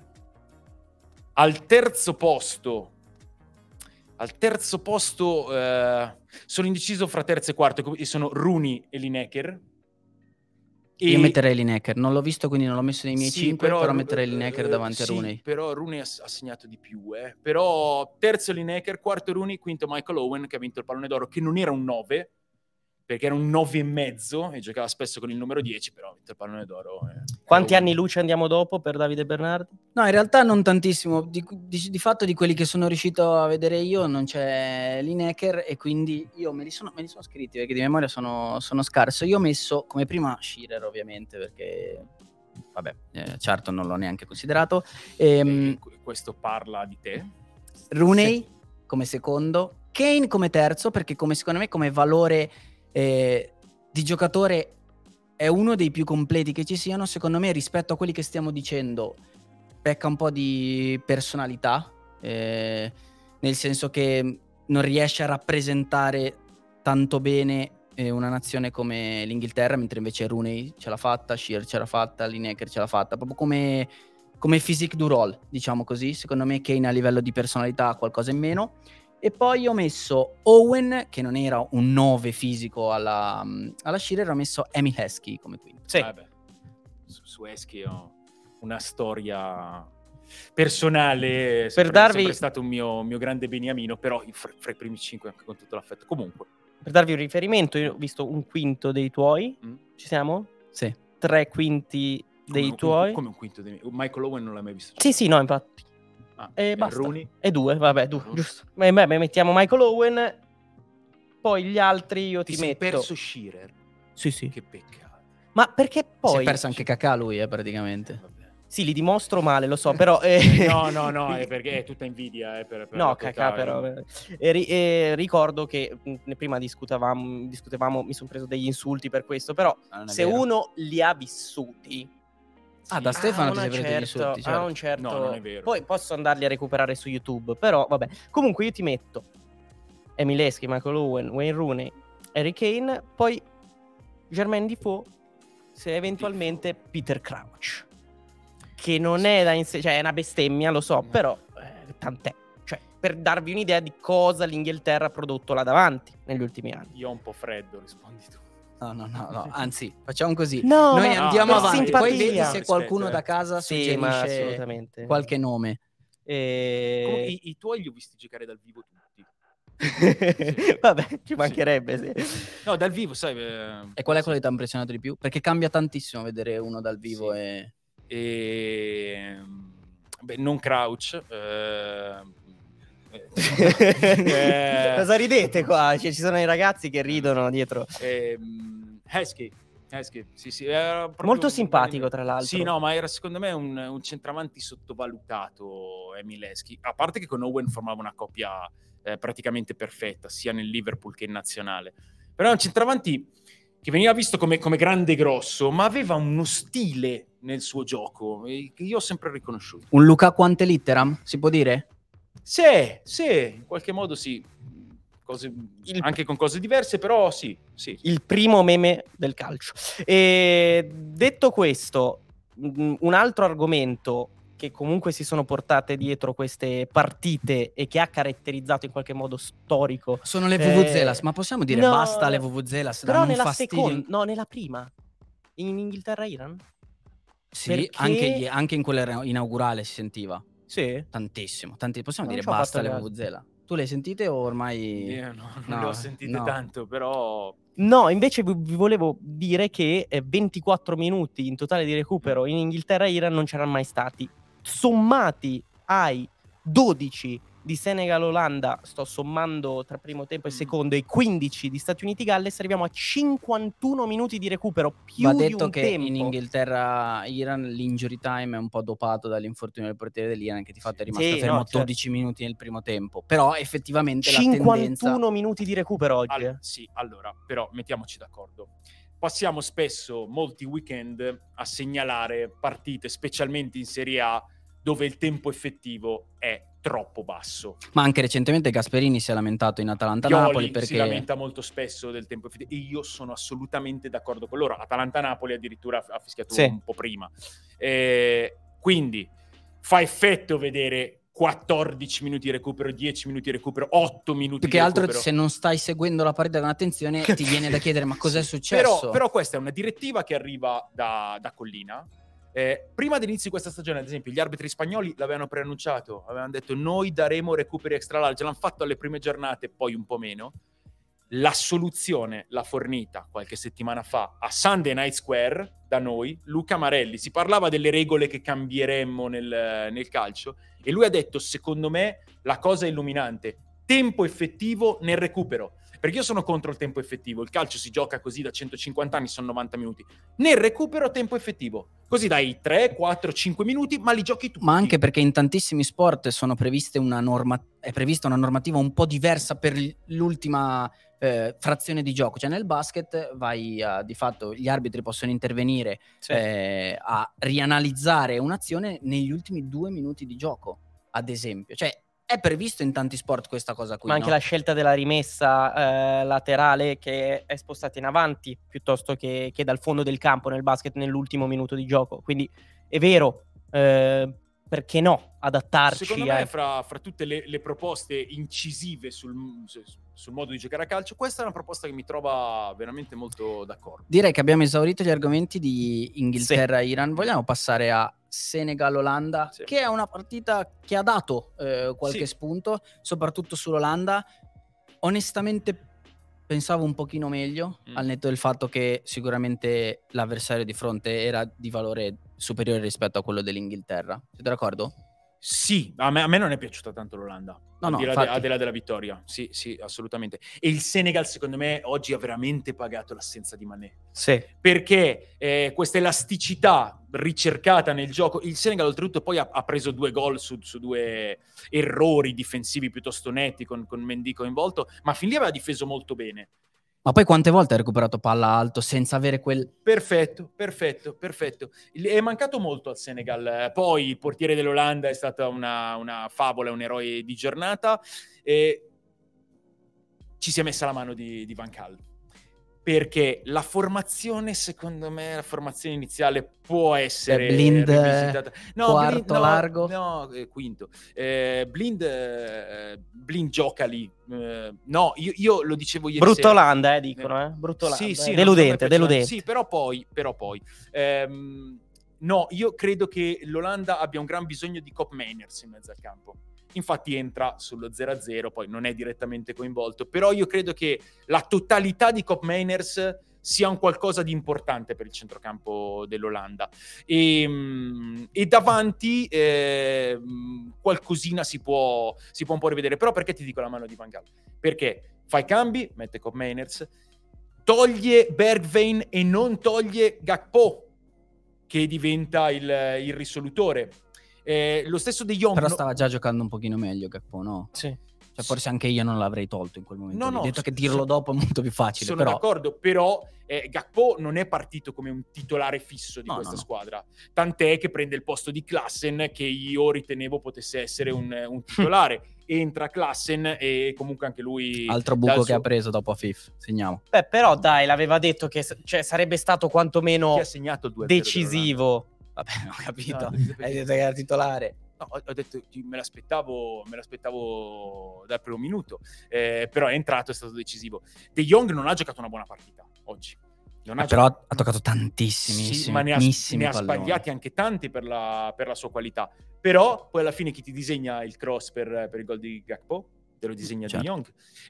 Al terzo posto... Al terzo posto eh, sono indeciso fra terzo e quarto, e sono Rooney e Lineker. E... Io metterei Lineker, non l'ho visto quindi non l'ho messo nei miei sì, cinque, però, però metterei Lineker eh, davanti sì, a Rooney. Però Rooney ha, ha segnato di più, eh. Però terzo Lineker, quarto Rooney, quinto Michael Owen che ha vinto il pallone d'oro, che non era un nove, perché era un nove e mezzo e giocava spesso con il numero dieci, però ha vinto il pallone d'oro. Eh. Quanti anni luce andiamo dopo per Davide Bernardi? No, in realtà non tantissimo. Di, di, di fatto di quelli che sono riuscito a vedere io non c'è Lineker e quindi io me li sono, me li sono scritti perché di memoria sono, sono scarso. Io ho messo come prima Shearer ovviamente perché vabbè, eh, certo non l'ho neanche considerato. Ehm, E questo parla di te. Rooney Sì. come secondo, Kane come terzo, perché come secondo me come valore eh, di giocatore è uno dei più completi che ci siano. Secondo me rispetto a quelli che stiamo dicendo pecca un po' di personalità, eh, nel senso che non riesce a rappresentare tanto bene eh, una nazione come l'Inghilterra, mentre invece Rooney ce l'ha fatta, Shearer ce l'ha fatta, Lineker ce l'ha fatta, proprio come, come physique du role, diciamo così. Secondo me Kane a livello di personalità ha qualcosa in meno. E poi ho messo Owen, che non era un nove fisico alla, alla Shearer, ho messo Emile Heskey come quinto. Sì. Vabbè. Su, su Heskey ho una storia personale, è sempre, Per darvi- sempre stato un mio, mio grande beniamino, però fra, fra i primi cinque anche con tutto l'affetto. Comunque, Per darvi un riferimento, io ho visto un quinto dei tuoi. mm, Ci siamo? Sì. Tre quinti dei come un- tuoi. come un quinto dei miei. Michael Owen non l'hai mai visto? Sì, sì, no, infatti. Ah, E eh, basta. Rooney? E due, vabbè, due, Rooney. giusto. Beh, beh, mettiamo Michael Owen. Poi gli altri io Ti ti, sei metto. perso Shearer? Sì, sì. Che peccato. Ma perché poi. Si è perso anche Kakà lui, eh, praticamente. Vabbè. Sì, li dimostro male, lo so, però. eh, No, no, no, è perché è tutta invidia. Eh, per, per No, la cacà, Kakà, però. eh. E ri- e ricordo che mh, prima discutevamo, discutevamo, mi sono preso degli insulti per questo, però Ah, non è se vero. uno li ha vissuti. Ah, da a Stefano ti una sei preso degli certo- insulti, a certo. un certo. No, non è vero. Poi posso andarli a recuperare su YouTube, però vabbè. Comunque io ti metto Emile Heskey, Michael Owen, Wayne Rooney, Harry Kane, poi Jermaine Defoe, se eventualmente Peter Crouch, che non è da inse- cioè è una bestemmia, lo so, però eh, tant'è. Cioè, per darvi un'idea di cosa l'Inghilterra ha prodotto là davanti negli ultimi anni. Io ho un po' freddo, rispondi tu. No, no, no, no, anzi, facciamo così. No, Noi ma andiamo per avanti, poi simpatia. vedi se qualcuno Rispetto, da eh. casa Sì, ma suggerisce assolutamente. qualche nome. E... Comunque, i, i tuoi li ho visti giocare dal vivo tutti. Vabbè, ci Sì. mancherebbe. Sì. No, dal vivo, sai. eh, E qual è sì. quello che ti ha impressionato di più? Perché cambia tantissimo vedere uno dal vivo Sì. e... E... Beh, non Crouch. eh, eh, Cosa ridete qua? Cioè, ci sono i ragazzi che ridono dietro. ehm, Heskey. Heskey, sì, sì, era proprio Molto un- simpatico, tra l'altro. Sì, no, ma era secondo me un, un centravanti sottovalutato, Emile Heskey. A parte che con Owen formava una coppia eh, praticamente perfetta, sia nel Liverpool che in nazionale. Però è un centravanti che veniva visto come, come grande e grosso, ma aveva uno stile nel suo gioco eh, che io ho sempre riconosciuto. Un Lukaku ante litteram, si può dire? Sì, sì, in qualche modo sì. Cose, Il- anche con cose diverse, però sì, sì. Il primo meme del calcio. E detto questo, mh, un altro argomento che comunque si sono portate dietro queste partite e che ha caratterizzato in qualche modo storico. Sono le Eh, Vuvuzelas, ma possiamo dire no, basta le Vuvuzelas? Però danno un nella fastidio. seconda, no, nella prima, in Inghilterra-Iran? Sì, perché- anche, gli- anche in quella inaugurale si sentiva Sì. tantissimo. Tanti, possiamo Non dire ci ho basta fatto le caso. Vuvuzela? Tu le hai sentite o ormai... Io no, non No, le ho sentite no. tanto, però No, invece vi vi volevo dire che eh, ventiquattro minuti in totale di recupero in Inghilterra e Iran non c'erano mai stati. Sommati ai dodici di Senegal-Olanda, sto sommando tra primo tempo e Mm. secondo, e quindici di Stati Uniti-Galles, arriviamo a cinquantuno minuti di recupero, più Va di detto un che tempo. in Inghilterra-Iran l'injury time è un po' dopato dall'infortunio del portiere dell'Iran, che di fatto è rimasto Sì, fermo no, certo. dodici minuti nel primo tempo. Però effettivamente la tendenza... cinquantuno minuti di recupero oggi. Al- sì, allora, però mettiamoci d'accordo. Passiamo spesso molti weekend a segnalare partite, specialmente in Serie A, dove il tempo effettivo è troppo basso. Ma anche recentemente Gasperini si è lamentato in Atalanta-Napoli Pioli si perché... lamenta molto spesso del tempo effettivo e io sono assolutamente d'accordo con loro. Atalanta-Napoli addirittura ha fischiato Sì. un po' prima. Eh, quindi fa effetto vedere quattordici minuti di recupero, dieci minuti di recupero, otto minuti Più che di altro recupero. se non stai seguendo la partita con attenzione ti viene da chiedere ma cos'è Sì, successo? Però, però questa è una direttiva che arriva da, da Collina. Eh, prima dell'inizio di questa stagione, ad esempio, gli arbitri spagnoli l'avevano preannunciato, avevano detto noi daremo recuperi extra large, l'hanno fatto alle prime giornate, poi un po' meno. La soluzione l'ha fornita qualche settimana fa a Sunday Night Square da noi Luca Marelli. Si parlava delle regole che cambieremmo nel, nel calcio e lui ha detto, secondo me la cosa illuminante, tempo effettivo nel recupero. Perché io sono contro il tempo effettivo. Il calcio si gioca così da centocinquanta anni, sono novanta minuti. Nel recupero tempo effettivo. Così dai tre, quattro, cinque minuti, ma li giochi tutti. Ma anche perché in tantissimi sport sono previste una norma- è prevista una normativa un po' diversa per l'ultima eh, frazione di gioco. Cioè nel basket vai a, di fatto gli arbitri possono intervenire Sì. eh, a rianalizzare un'azione negli ultimi due minuti di gioco, ad esempio. Cioè è previsto in tanti sport questa cosa qui, Ma anche no? la scelta della rimessa eh, laterale che è spostata in avanti piuttosto che, che dal fondo del campo nel basket nell'ultimo minuto di gioco. Quindi è vero, eh, perché no, adattarci. Secondo a... me, fra, fra tutte le, le proposte incisive sul, sul modo di giocare a calcio, questa è una proposta che mi trova veramente molto d'accordo. Direi che abbiamo esaurito gli argomenti di Inghilterra-Iran. Vogliamo passare a Senegal-Olanda, Sì. che è una partita che ha dato eh, qualche Sì. spunto, soprattutto sull'Olanda. Onestamente pensavo un pochino meglio, Mm. al netto del fatto che sicuramente l'avversario di fronte era di valore superiore rispetto a quello dell'Inghilterra. Siete d'accordo? Sì, a me, a me non è piaciuta tanto l'Olanda, No, al, no, di là de- infatti. al di là della vittoria. Sì, sì, assolutamente. E il Senegal, secondo me, oggi ha veramente pagato l'assenza di Mané. Sì. Perché eh, questa elasticità ricercata nel gioco, il Senegal oltretutto poi ha, ha preso due gol su, su due errori difensivi piuttosto netti con, con Mendy coinvolto, ma fin lì aveva difeso molto bene. Ma poi quante volte ha recuperato palla alto senza avere quel... Perfetto, perfetto, perfetto. Il- È mancato molto al Senegal. Eh, Poi il portiere dell'Olanda è stata una, una favola, un eroe di giornata. E ci si è messa la mano di, di Van Gaal. Perché la formazione, secondo me, la formazione iniziale può essere Eh, Blind, rivisitata. No, quarto, Blind, no, largo. no, eh, quinto. Eh, Blind, eh, Blind gioca lì. Eh, no, io, io lo dicevo ieri Brutta sera. Olanda, eh, dicono, eh. Brutta Olanda. Sì, eh. sì, non- deludente, non mi è piaciuta. deludente. Sì, però poi, però poi ehm, no, io credo che l'Olanda abbia un gran bisogno di Koop Meiners in mezzo al campo. Infatti entra sullo zero a zero, poi non è direttamente coinvolto, però io credo che la totalità di Koop Meiners sia un qualcosa di importante per il centrocampo dell'Olanda. E, mm, e davanti eh, qualcosina si può, si può un po' rivedere. Però perché ti dico la mano di Van Gaal? Perché fa i cambi, mette Koop Meiners, toglie Bergwijn e non toglie Gakpo, che diventa il, il risolutore. Eh, lo stesso De Jong. Però no- stava già giocando un pochino meglio Gakpo, no? Sì. Cioè, forse anche io non l'avrei tolto in quel momento. No, lì. no, Detto che so- dirlo so- dopo è molto più facile. Sono però... d'accordo, però eh, Gakpo non è partito come un titolare fisso di No, questa no, no. squadra. Tant'è che prende il posto di Klassen, che io ritenevo potesse essere un, un titolare. Entra Klassen e comunque anche lui... Altro dal buco che suo- ha preso dopo a Fif, segniamo. Beh, però dai, l'aveva detto che s- cioè, sarebbe stato quantomeno Chi ha segnato il due a zero decisivo. Vabbè, ho capito. No, Hai detto che era titolare. No, ho ho detto me l'aspettavo, me l'aspettavo dal primo minuto, eh, però è entrato, è stato decisivo. De Jong non ha giocato una buona partita oggi. Non Eh, ha però giocato- ha toccato tantissimissimi, Sì, ma ne ha, finissimi ne ha palloni. sbagliati anche tanti per la, per la sua qualità. Però poi alla fine chi ti disegna il cross per, per il gol di Gakpo? Te lo disegna Certo. De Jong.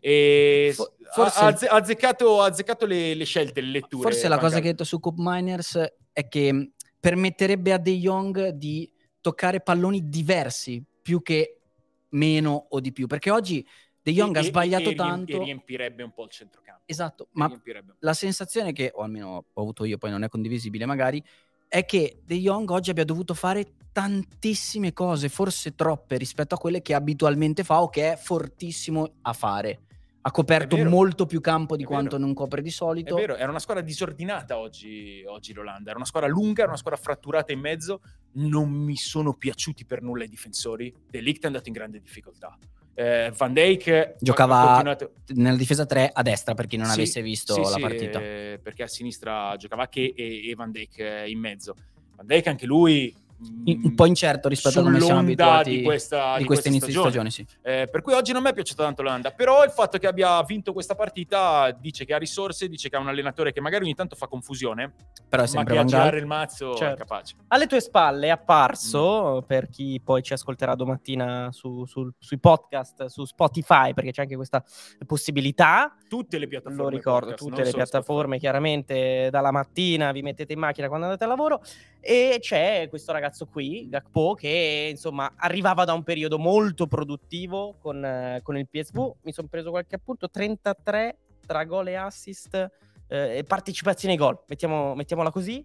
E For- ha- forse- ha, azze- ha azzeccato, ha azzeccato le, le scelte, le letture. Forse la Van cosa Gaal. che hai detto su Koop Meiners è che mh, permetterebbe a De Jong di toccare palloni diversi più che meno o di più, perché oggi De Jong E- ha e- sbagliato e riemp- tanto. E riempirebbe un po' il centrocampo. Esatto, E ma riempirebbe un po'. la sensazione che, o almeno ho avuto io, poi non è condivisibile magari, è che De Jong oggi abbia dovuto fare tantissime cose, forse troppe rispetto a quelle che abitualmente fa o che è fortissimo a fare. Ha coperto È vero. molto più campo di È quanto vero. non copre di È solito. vero, era una squadra disordinata oggi, oggi l'Olanda, era una squadra lunga, era una squadra fratturata in mezzo, non mi sono piaciuti per nulla i difensori, De Ligt è andato in grande difficoltà. Eh, Van Dijk Giocava ha continuato... nella difesa tre a destra, per chi non Sì, avesse visto sì, la sì, partita. eh, perché a sinistra giocava Che e, e Van Dijk eh, in mezzo. Van Dijk anche lui... In- un po' incerto rispetto a come siamo sull'onda abituati di questa, di di questo questa inizio stagione. di stagione, sì. Eh, per cui oggi non mi è piaciuta tanto l'Olanda, però il fatto che abbia vinto questa partita dice che ha risorse, dice che ha un allenatore che magari ogni tanto fa confusione, Però è ma sempre che a Van Gaal. girare il mazzo Certo. è capace. Alle tue spalle è apparso, Mm. per chi poi ci ascolterà domattina su, sul- sui podcast, su Spotify, perché c'è anche questa possibilità. Tutte le piattaforme Lo ricordo, podcast, tutte non le solo piattaforme, chiaramente dalla mattina vi mettete in macchina quando andate a lavoro. E c'è questo ragazzo qui, Gakpo, che insomma arrivava da un periodo molto produttivo con, eh, con il P S V. Mi sono preso qualche appunto: trentatré tra gol e assist eh, e partecipazioni ai gol, mettiamo, mettiamola così,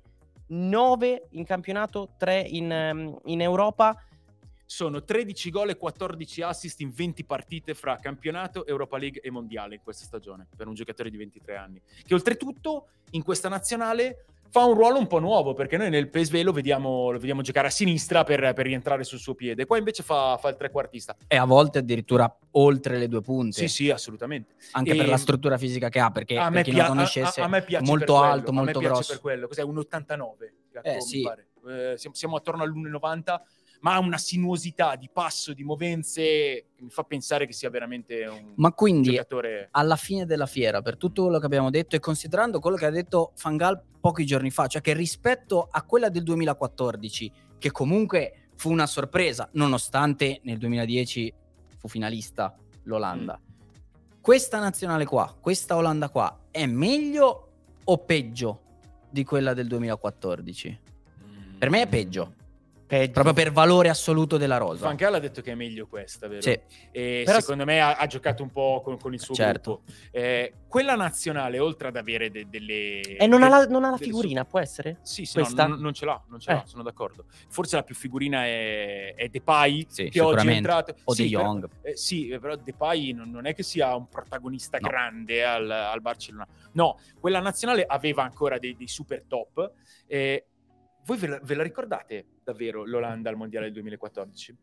nove in campionato, tre in, um, in Europa. Sono tredici gol e quattordici assist in venti partite fra campionato, Europa League e mondiale in questa stagione, per un giocatore di ventitré anni, che oltretutto in questa nazionale fa un ruolo un po' nuovo, perché noi nel P S V lo vediamo, lo vediamo giocare a sinistra per, per rientrare sul suo piede, qua invece fa, fa il trequartista. E a volte addirittura oltre le due punte. Sì, sì, assolutamente. Anche e... per la struttura fisica che ha, perché a per me chi pia- non conoscesse, a, a me piace molto per alto, quello, molto a me piace grosso. per quello. Cos'è? un ottantanove? Eh, sì. Mi pare. Eh, siamo, siamo attorno all'uno e novanta, ma ha una sinuosità di passo, di movenze che mi fa pensare che sia veramente un Ma quindi, giocatore... alla fine della fiera, per tutto quello che abbiamo detto e considerando quello che ha detto Van Gaal pochi giorni fa, cioè che rispetto a quella del duemilaquattordici, che comunque fu una sorpresa, nonostante nel duemiladieci fu finalista l'Olanda, mm. questa nazionale qua, questa Olanda qua, è meglio o peggio di quella del duemilaquattordici? Mm. Per me è peggio. Peggio. Proprio per valore assoluto della rosa. Van Gaal ha detto che è meglio questa, vero? Sì. E Però secondo me ha, ha giocato un po' con, con il suo certo. gruppo. Eh, quella nazionale, oltre ad avere de- delle... E non de- ha la, non ha la delle figurina, su- può essere? Sì, sì, questa? no, non, non ce l'ha, non ce eh. l'ha, sono d'accordo. Forse la più figurina è, è Depay, sì, che oggi è entrato... O sì, De Jong. Però, eh, sì, però Depay non, non è che sia un protagonista no. grande al, al Barcellona. No, quella nazionale aveva ancora dei, dei super top. Eh, voi ve la, ve la ricordate davvero l'Olanda al mondiale del duemilaquattordici?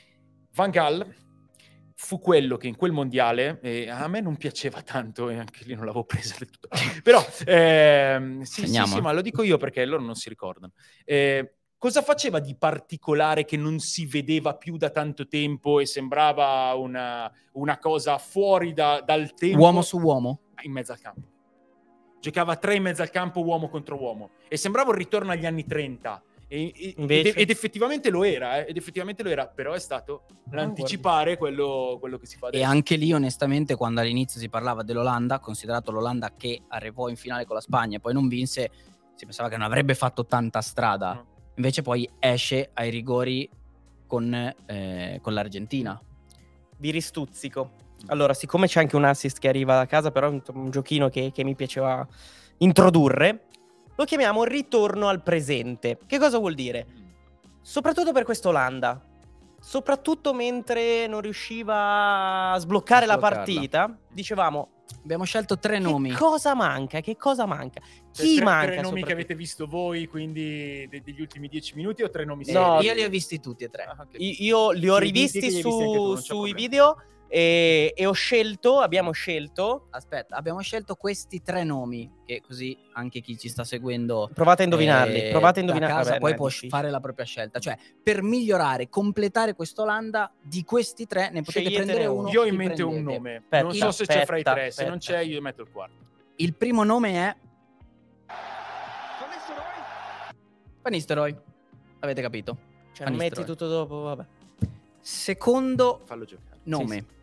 Van Gaal fu quello che in quel mondiale, eh, a me non piaceva tanto e anche lì non l'avevo presa del tutto, però ehm, sì, sì, sì, ma lo dico io perché loro non si ricordano. Eh, cosa faceva di particolare che non si vedeva più da tanto tempo e sembrava una, una cosa fuori da, dal tempo? Uomo su uomo? In mezzo al campo. Giocava tre in mezzo al campo, uomo contro uomo, e sembrava un ritorno agli anni trenta. E, e, ed, ed effettivamente lo era, eh, ed effettivamente lo era, però è stato l'anticipare oh, quello, quello che si fa adesso. E anche lì, onestamente, quando all'inizio si parlava dell'Olanda, considerato l'Olanda che arrivò in finale con la Spagna e poi non vinse, si pensava che non avrebbe fatto tanta strada. No. Invece poi esce ai rigori con, eh, con l'Argentina. Vi ristuzzico. Allora, siccome c'è anche un assist che arriva da casa, però è un, un giochino che, che mi piaceva introdurre, lo chiamiamo ritorno al presente. Che cosa vuol dire? Soprattutto per questa Olanda, soprattutto mentre non riusciva a sbloccare la partita, dicevamo... Abbiamo scelto tre nomi. Che cosa manca? Che cosa manca? Chi tre, manca? Tre nomi che avete visto voi, quindi de- degli ultimi dieci minuti, o tre nomi eh, seri? Io li ho visti tutti e tre. Ah, okay. Io li ho rivisti su, sui video e, e ho scelto, abbiamo scelto... Aspetta, abbiamo scelto questi tre nomi, che così anche chi ci sta seguendo... Provate a indovinarli, eh, provate a indovinarli. Da casa Vabbè, poi può difficile. fare la propria scelta. Cioè, per migliorare, completare quest'Olanda, di questi tre ne potete Sceglietene prendere uno. uno. Io ho in mente un nome, aspetta, non so se aspetta, c'è fra i tre, aspetta. se non c'è io metto il quarto. Il primo nome è... Van Nistelrooy. Avete capito? Cioè, non metti tutto dopo, vabbè. Secondo Fallo giocare. nome. Sì, sì.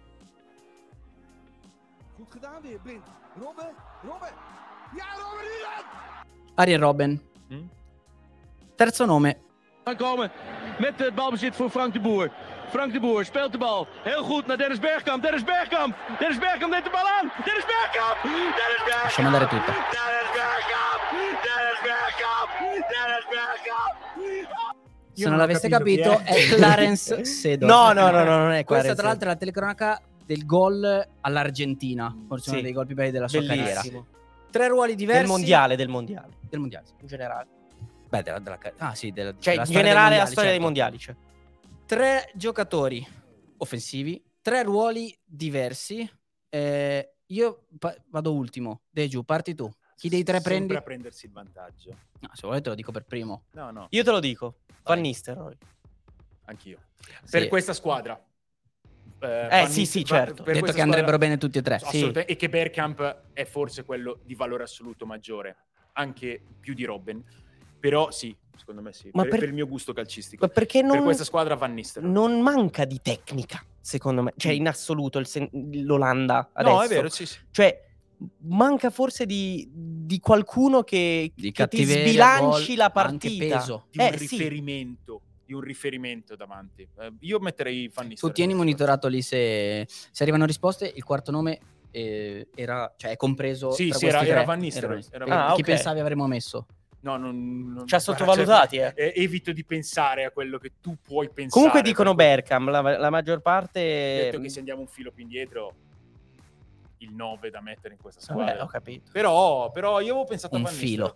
Arjen Robben. Mm? Terzo nome. Aankomen met het balbezit voor Frank de Boer. Frank de Boer speelt de bal heel goed naar Dennis Bergkamp. Dennis Bergkamp. Dennis Bergkamp neemt de bal aan. Dennis Bergkamp. Dennis Bergkamp. Lasciamo andare tutto. Dennis Bergkamp. Dennis Bergkamp. Dennis Bergkamp. Se non l'aveste capito, capito è Clarence Seedorf. No, no, no, no, non è Questa tra l'altro è la telecronaca del gol all'Argentina, forse sì. uno dei gol più belli della sua Bellissimo. carriera. Tre ruoli diversi. Del mondiale, del mondiale. Del mondiale, in generale. Beh, della, della, ah sì, della, cioè della in generale la storia certo. dei mondiali. Cioè. Tre giocatori offensivi, tre ruoli diversi. Eh, io pa- vado ultimo. Deju, parti tu. Chi dei tre Sempre prendi? a prendersi il vantaggio. No, se volete lo dico per primo. No, no. Io te lo dico. Van Nistelrooy. Anch'io. Per sì. questa squadra. Eh, eh sì, sì, certo. Per detto che andrebbero bene tutti e tre. Sì. E che Bergkamp è forse quello di valore assoluto maggiore, anche più di Robben. Però sì, secondo me sì, ma per, per... per il mio gusto calcistico. Ma perché non... Per questa squadra Van Nistelrooy. Non manca di tecnica, secondo me. Cioè, in assoluto, il sen... l'Olanda adesso. No, è vero, sì, sì. Cioè, manca forse di, di qualcuno che, Di che ti cattiveria, sbilanci gol, la ma anche partita. peso. Di un Eh, sì. riferimento, di un riferimento davanti. Eh, io metterei Van Tu Nistelrooy. tieni monitorato lì se, se arrivano risposte. Il quarto nome eh, era, cioè è compreso Sì, tra sì, questi era- era tre. Van Nistelrooy, Era- era Van e chi Nistelrooy. pensavi avremmo messo? No, non, non Ci ha sottovalutati, cioè, eh. eh, evito di pensare a quello che tu puoi pensare. Comunque dicono per cui- Bergkamp, la, la maggior Ho parte... detto che se andiamo un filo più indietro, il nove da mettere in questa squadra. Vabbè, ho capito. Però, però io avevo pensato Un a Van filo.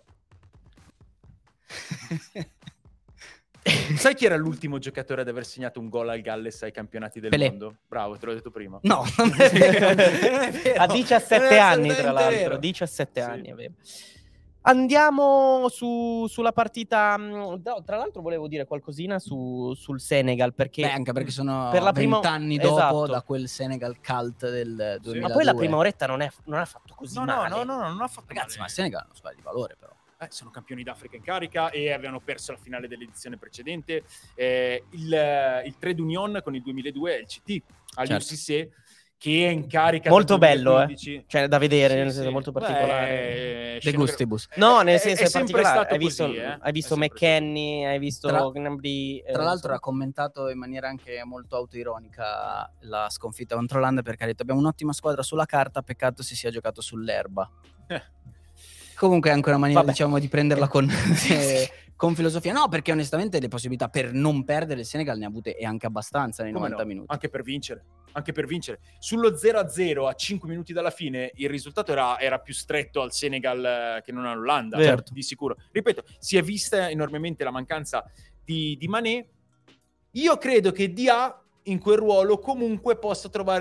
Nistelrooy. Sai chi era l'ultimo giocatore ad aver segnato un gol al Galles ai campionati del Pelé. mondo? Bravo, te l'ho detto prima. No, non è vero, non è vero. A diciassette Non è anni, tra assolutamente l'altro. vero. diciassette Sì. anni aveva. Andiamo su, sulla partita. mh, no, tra l'altro, volevo dire qualcosina su, sul Senegal. Perché, Beh, anche perché sono per la prima- vent'anni dopo esatto. da quel Senegal cult del Sì. duemiladue. Ma poi la prima oretta non, è, non ha fatto così No, no, male. no, no, no, non ha fatto Ragazzi, ma male. il Senegal è una squadra di valore, però. Eh, sono campioni d'Africa in carica e avevano perso la finale dell'edizione precedente. Eh, il, il Trade Union con il duemiladue è il C T al Certo. U C S, che è in carica Molto dal bello, duemilaquindici. eh. Cioè, da vedere, Sì, nel sì. senso, molto Beh, particolare. eh, De scenogra- gustibus. No, nel È- senso è è, sempre particolare. stato Hai visto, così, eh. hai visto È sempre McKennie, hai visto Tra- Gnabry, eh, Tra l'altro ha insomma. commentato in maniera anche molto autoironica la sconfitta contro l'Olanda, perché ha detto abbiamo un'ottima squadra sulla carta, peccato si sia giocato sull'erba. Eh. Comunque è anche una maniera, Vabbè. diciamo, di prenderla con, eh, con filosofia. No, perché onestamente le possibilità per non perdere il Senegal ne ha avute e anche abbastanza nei Come novanta no? minuti. Anche per vincere, anche per vincere. Sullo zero a zero a cinque minuti dalla fine il risultato era, era più stretto al Senegal eh, che non all'Olanda, Vero. di sicuro. Ripeto, si è vista enormemente la mancanza di, di Mané. Io credo che Dia in quel ruolo comunque possa trovare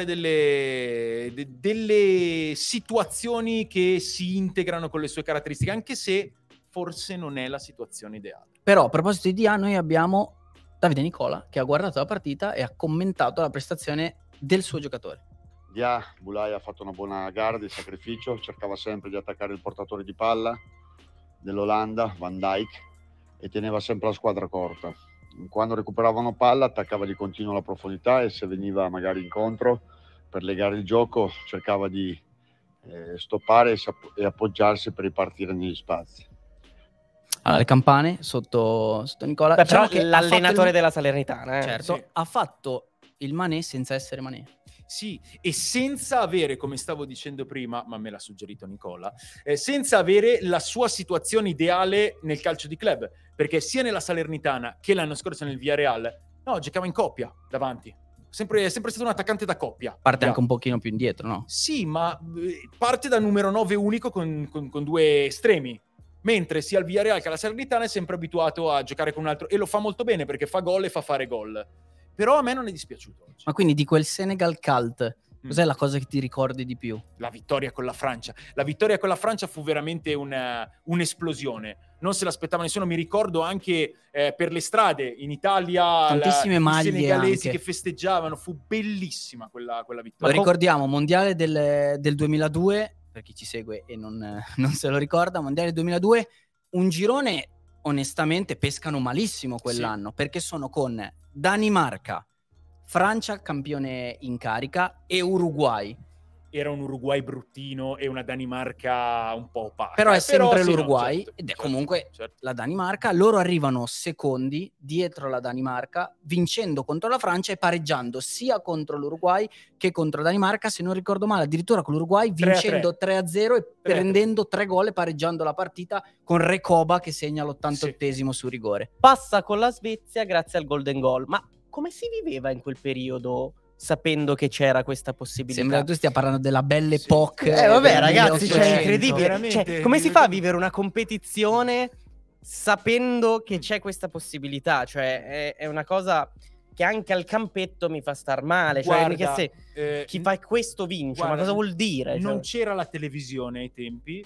delle, de- delle situazioni che si integrano con le sue caratteristiche, anche se forse non è la situazione ideale. Però a proposito di Dia, noi abbiamo Davide Nicola che ha guardato la partita e ha commentato la prestazione del suo giocatore. Dia, Boulaye ha fatto una buona gara di sacrificio, cercava sempre di attaccare il portatore di palla dell'Olanda, Van Dijk, e teneva sempre la squadra corta. Quando recuperavano palla attaccava di continuo la profondità e se veniva magari incontro per legare il gioco cercava di eh, stoppare e, sapp- e appoggiarsi per ripartire negli spazi. Allora, le campane sotto, sotto Nicola. Beh, Diciamo però che ha l'allenatore fatto il- della Salernitana, eh. certo, Sì. ha fatto il Mané senza essere Mané. Sì, e senza avere, come stavo dicendo prima, ma me l'ha suggerito Nicola, eh, senza avere la sua situazione ideale nel calcio di club, perché sia nella Salernitana che l'anno scorso nel Villarreal, no, giocava in coppia davanti. Sempre, è sempre stato un attaccante da coppia. Parte Dia. anche un pochino più indietro, no? Sì, ma eh, parte da numero nove unico con, con- con due estremi. Mentre sia al Villarreal che alla Salernitana è sempre abituato a giocare con un altro, e lo fa molto bene perché fa gol e fa fare gol. Però a me non è dispiaciuto oggi. Ma quindi di quel Senegal cult, Mm. cos'è la cosa che ti ricordi di più? La vittoria con la Francia. La vittoria con la Francia fu veramente una- un'esplosione. Non se l'aspettava nessuno. Mi ricordo anche eh, per le strade in Italia Tantissime la, maglie i senegalesi anche. che festeggiavano. Fu bellissima quella, quella Lo vittoria. ricordiamo, mondiale del, del duemiladue, per chi ci segue e non, non se lo ricorda, mondiale del duemiladue, un girone onestamente pescano malissimo quell'anno, perché sono con Danimarca, Francia campione in carica e Uruguay. Era un Uruguay bruttino e una Danimarca un po' opaca. Però è Eh, sempre sì, no, l'Uruguay certo, ed è certo, comunque certo. la Danimarca. Loro arrivano secondi dietro la Danimarca, vincendo contro la Francia e pareggiando sia contro l'Uruguay che contro la Danimarca, se non ricordo male, addirittura con l'Uruguay tre a tre. vincendo tre a zero e tre a tre. prendendo tre gol e pareggiando la partita con Recoba che segna l'ottantottesimo su rigore. Passa con la Svezia grazie al golden goal. Ma come si viveva in quel periodo sapendo che c'era questa possibilità? Sembra che tu stia parlando della belle Sì. époque. Eh vabbè del ragazzi, cioè è milleottocento. incredibile. Veramente, Cioè, come si fa a veramente. vivere una competizione sapendo che c'è questa possibilità? Cioè è, è una cosa che anche al campetto mi fa star male. Cioè, Guarda, mica se eh, chi fa questo vince, guarda, ma cosa vuol dire? Cioè, Non c'era la televisione ai tempi,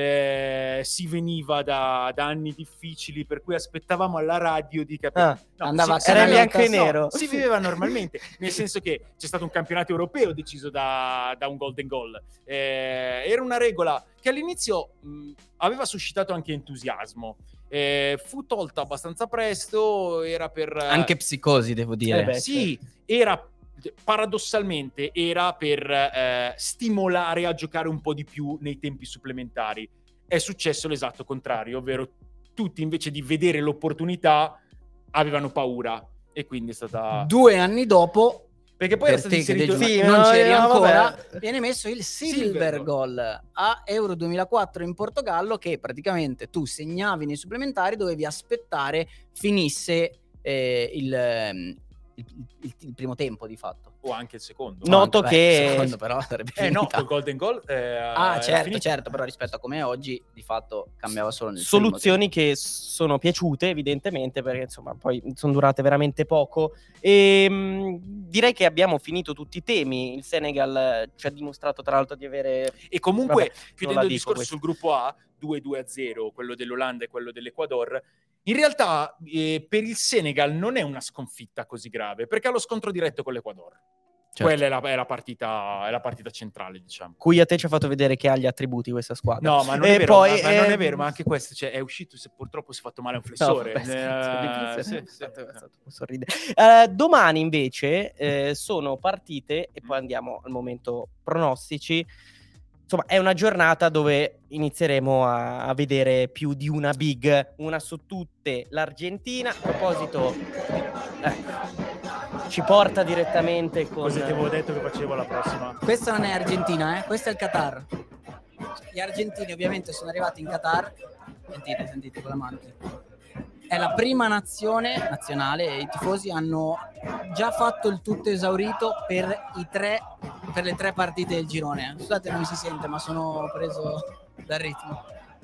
eh, si veniva da, da anni difficili, per cui aspettavamo alla radio di capire. Ah, No, andava si- a si era viveva- bianco e no, nero. si viveva normalmente, nel senso che c'è stato un campionato europeo deciso da, da un golden goal. Eh, era una regola che all'inizio mh, aveva suscitato anche entusiasmo. Eh, fu tolta abbastanza presto, era per... Anche psicosi, devo dire. Eh beh, sì, era paradossalmente era per eh, stimolare a giocare un po' di più nei tempi supplementari. È successo l'esatto contrario, ovvero tutti invece di vedere l'opportunità avevano paura, e quindi è stata... Due anni dopo, perché poi era per stato te che inserito... dei Sì, non no, c'eri no, ancora, vabbè. viene messo il Silver, Silver Goal a Euro duemilaquattro in Portogallo, che praticamente tu segnavi nei supplementari, dovevi aspettare finisse eh, il, ehm, il, il, il primo tempo di fatto. o anche il secondo. No. Noto Beh, che- il secondo però sarebbe Eh no, finita. col Golden Goal eh, Ah, è certo, finito. certo, però rispetto a come è oggi, di fatto cambiava solo nel Soluzioni che sono piaciute evidentemente, perché insomma poi sono durate veramente poco. E mh, direi che abbiamo finito tutti i temi. Il Senegal eh, ci ha dimostrato tra l'altro di avere... E comunque, Vabbè, chiudendo non la il dico discorso questa. sul gruppo A, due due a zero, quello dell'Olanda e quello dell'Ecuador, in realtà eh, per il Senegal non è una sconfitta così grave, perché ha lo scontro diretto con l'Ecuador. Certo. Quella è la, è la partita, è la partita centrale, diciamo. Cui a te ci ha fatto vedere che ha gli attributi questa squadra. No, ma non, E è vero, poi, ma, ma non è eh, vero, ma anche questo, cioè, è uscito, se purtroppo si è fatto male a un No, flessore. vabbè, scherzo, di Eh, flessore. sì, sì. È stato- è stato un po' sorridere. Eh, domani invece eh, sono partite, e poi andiamo al momento pronostici. Insomma, è una giornata dove inizieremo a, a vedere più di una big, una su tutte, l'Argentina. A proposito, ecco, ci porta direttamente con... Cosa ti avevo detto che facevo la prossima? Questa non è Argentina, eh? Questo è il Qatar. Gli argentini ovviamente sono arrivati in Qatar. Sentite, sentite con la mano. È la prima nazione nazionale e i tifosi hanno già fatto il tutto esaurito per i tre per le tre partite del girone. Scusate, non mi si sente, ma sono preso dal ritmo.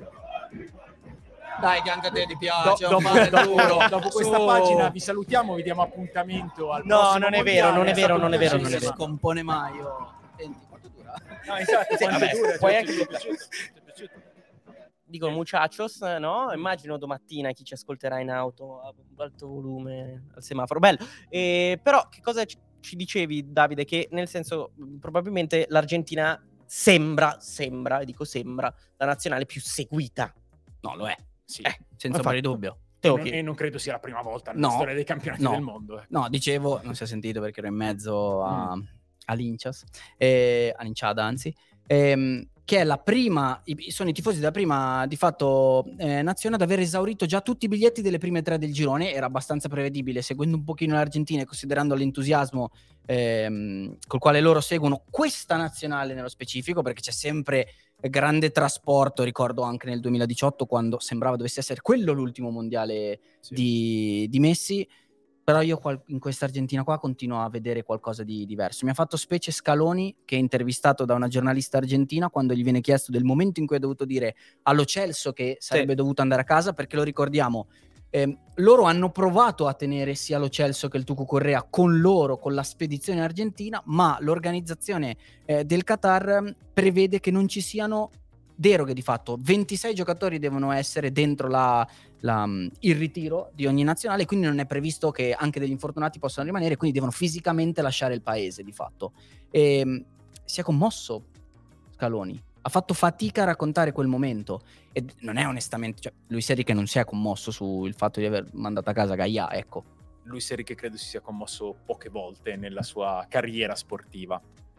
Dai, che anche a te ti piace. Do- non dopo, fare dopo- duro. dopo questa Su. pagina vi salutiamo, vi diamo appuntamento al No, prossimo non è mondiale. vero, non è stato vero, un non è vero, piacere. non è Si vero. scompone mai. Io... Senti, quanto dura? No, esatto, Sì, quanto vabbè, dura, puoi cioè, anche ti è dirla. piaciuto? Ti è piaciuto? Dicono muchachos, no? Immagino domattina chi ci ascolterà in auto a alto volume al semaforo. Bello. E, però che cosa ci, ci dicevi, Davide? Che nel senso, mh, probabilmente l'Argentina sembra, sembra, e dico sembra, la nazionale più seguita. No, lo è. Sì. Eh, senza infatti. ombra di dubbio. Te E lo non, chiedo. e non credo sia la prima volta nella No, storia dei campionati no. del mondo. eh. No, dicevo, non si è sentito perché ero in mezzo a, all'Incias, eh, all'Inciada anzi, ehm, che è la prima, i- sono i tifosi della prima di fatto eh, nazione ad aver esaurito già tutti i biglietti delle prime tre del girone. Era abbastanza prevedibile, seguendo un pochino l'Argentina e considerando l'entusiasmo ehm, col quale loro seguono questa nazionale nello specifico, perché c'è sempre grande trasporto. Ricordo anche nel duemiladiciotto quando sembrava dovesse essere quello l'ultimo mondiale Sì. di, di Messi. Però io qual- in questa Argentina qua continuo a vedere qualcosa di diverso. Mi ha fatto specie Scaloni, che è intervistato da una giornalista argentina quando gli viene chiesto del momento in cui ha dovuto dire allo Celso che sarebbe dovuto andare a casa, perché lo ricordiamo, ehm, loro hanno provato a tenere sia lo Celso che il Tucu Correa con loro, con la spedizione argentina, ma l'organizzazione eh, del Qatar prevede che non ci siano deroghe di fatto. ventisei giocatori devono essere dentro la, la, il ritiro di ogni nazionale, quindi non è previsto che anche degli infortunati possano rimanere, quindi devono fisicamente lasciare il paese di fatto. E, si è commosso Scaloni, ha fatto fatica a raccontare quel momento e non è onestamente, cioè, Luis Enrique non si è commosso sul fatto di aver mandato a casa Gaia, ecco. Luis Enrique credo si sia commosso poche volte nella sua carriera sportiva.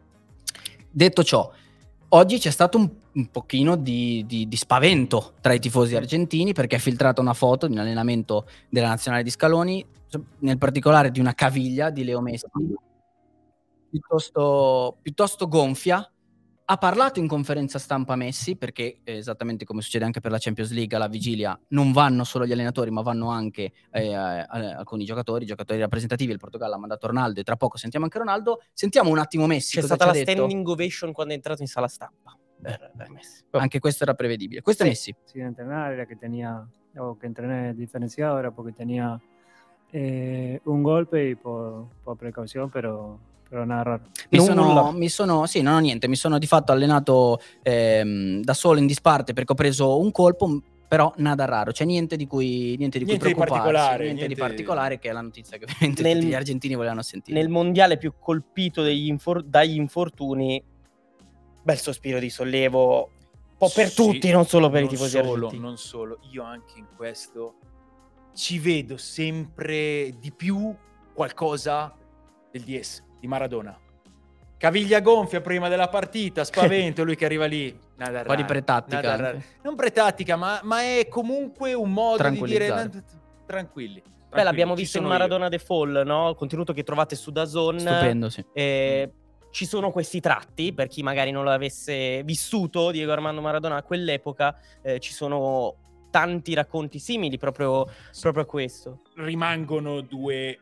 Detto ciò, oggi c'è stato un, un pochino di, di, di spavento tra i tifosi argentini, perché è filtrata una foto di un allenamento della nazionale di Scaloni, nel particolare di una caviglia di Leo Messi, piuttosto, piuttosto gonfia. Ha parlato in conferenza stampa Messi, perché eh, esattamente come succede anche per la Champions League, alla vigilia non vanno solo gli allenatori, ma vanno anche eh, alcuni giocatori, giocatori rappresentativi. Il Portogallo ha mandato Ronaldo e tra poco sentiamo anche Ronaldo. Sentiamo un attimo Messi. C'è cosa stata ci la ha detto. standing ovation quando è entrato in sala stampa. Per, per Messi. Anche questo era prevedibile. Questo Sì. è Messi. Sin entrenar era que tenía, o que entrené diferenciado era porque tenía eh, un golpe y por, por precaución, pero, pero nada raro. Mi Non sono, nulla. mi sono, sì, non ho niente, mi sono di fatto allenato ehm, da solo in disparte perché ho preso un colpo, m- però nada raro, c'è niente di cui, niente di cui Niente di preoccuparsi, particolare, niente, di niente- particolare, che è la notizia che ovviamente Nel- tutti gli argentini volevano sentire. Nel mondiale più colpito degli infor- dagli infortuni, bel sospiro di sollievo, un po' per Sì, tutti, non solo per i non tifosi solo, argentini. Non solo, io anche in questo ci vedo sempre di più qualcosa del D S. di Maradona. Caviglia gonfia prima della partita, spavento, lui che arriva lì. Nada Un po' di raro, pretattica nada raro. anche. Non pretattica, ma, ma è comunque un modo di dire Tranquillizzare. tranquilli. Beh, l'abbiamo Tranquilli, visto ci in sono Maradona The Fall, no? Contenuto che trovate su DAZN. Stupendo, sì. Eh, ci sono questi tratti, per chi magari non l'avesse vissuto, Diego Armando Maradona a quell'epoca, eh, ci sono tanti racconti simili proprio, proprio a questo. Rimangono due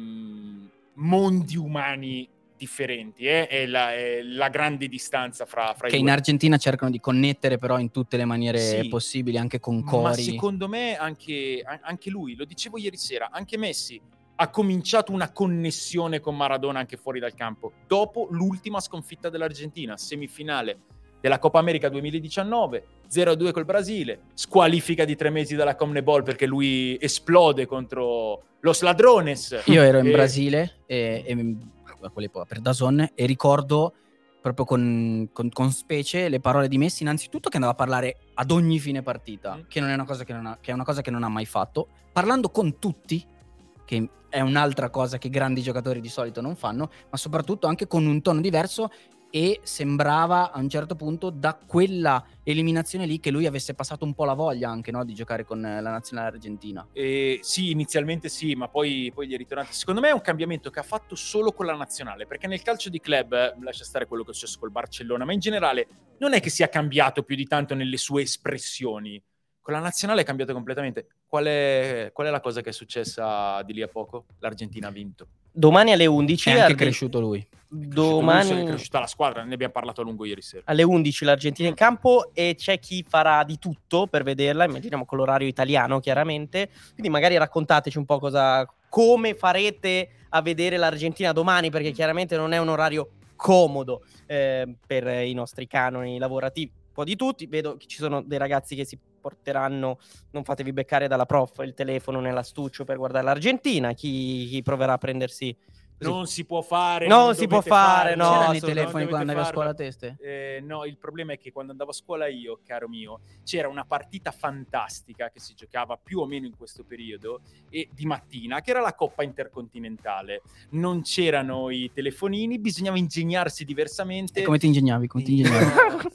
mh, mondi umani differenti, eh? È, la, è la grande distanza fra, fra Che i in due. Argentina cercano di connettere però in tutte le maniere Sì, possibili, anche con ma cori. secondo me anche, a- anche lui, lo dicevo ieri sera, anche Messi ha cominciato una connessione con Maradona anche fuori dal campo, dopo l'ultima sconfitta dell'Argentina, semifinale della Coppa America duemiladiciannove, zero a due col Brasile, squalifica di tre mesi dalla CONMEBOL perché lui esplode contro los ladrones. Io ero in E- Brasile e, e a quell'epoca per DAZN e ricordo proprio con, con, con specie le parole di Messi, innanzitutto che andava a parlare ad ogni fine partita, Mm. che non è una cosa che, non ha, che è una cosa che non ha mai fatto, parlando con tutti, che è un'altra cosa che grandi giocatori di solito non fanno, ma soprattutto anche con un tono diverso, e sembrava a un certo punto da quella eliminazione lì che lui avesse passato un po' la voglia anche, no, di giocare con la nazionale argentina. Eh, sì, inizialmente sì, ma poi, poi gli è ritornato. Secondo me è un cambiamento che ha fatto solo con la nazionale, perché nel calcio di club, eh, lascia stare quello che è successo col Barcellona, ma in generale non è che sia cambiato più di tanto nelle sue espressioni. Con la nazionale è cambiato completamente. Qual è, qual è la cosa che è successa di lì a poco? L'Argentina ha vinto. Domani alle undici. È anche Argen- cresciuto lui. Domani Domani è cresciuta la squadra, ne abbiamo parlato a lungo ieri sera. alle undici l'Argentina in campo, e c'è chi farà di tutto per vederla, immaginiamo con l'orario italiano chiaramente, quindi magari raccontateci un po' cosa, come farete a vedere l'Argentina domani, perché chiaramente non è un orario comodo eh, per i nostri canoni lavorativi, un po' di tutti, vedo che ci sono dei ragazzi che si porteranno, non fatevi beccare dalla prof, il telefono nell'astuccio per guardare l'Argentina, chi, chi proverà a prendersi così. Non si può fare. Non non si può dovete fare, farlo, no, C'erano i assolutamente. telefoni non quando dovete andavi a scuola farlo. a teste? Eh, no, il problema è che quando andavo a scuola io, caro mio, c'era una partita fantastica che si giocava più o meno in questo periodo, e di mattina, che era la Coppa Intercontinentale. Non c'erano i telefonini, bisognava ingegnarsi diversamente. E come ti ingegnavi? Come ti ingegnavi?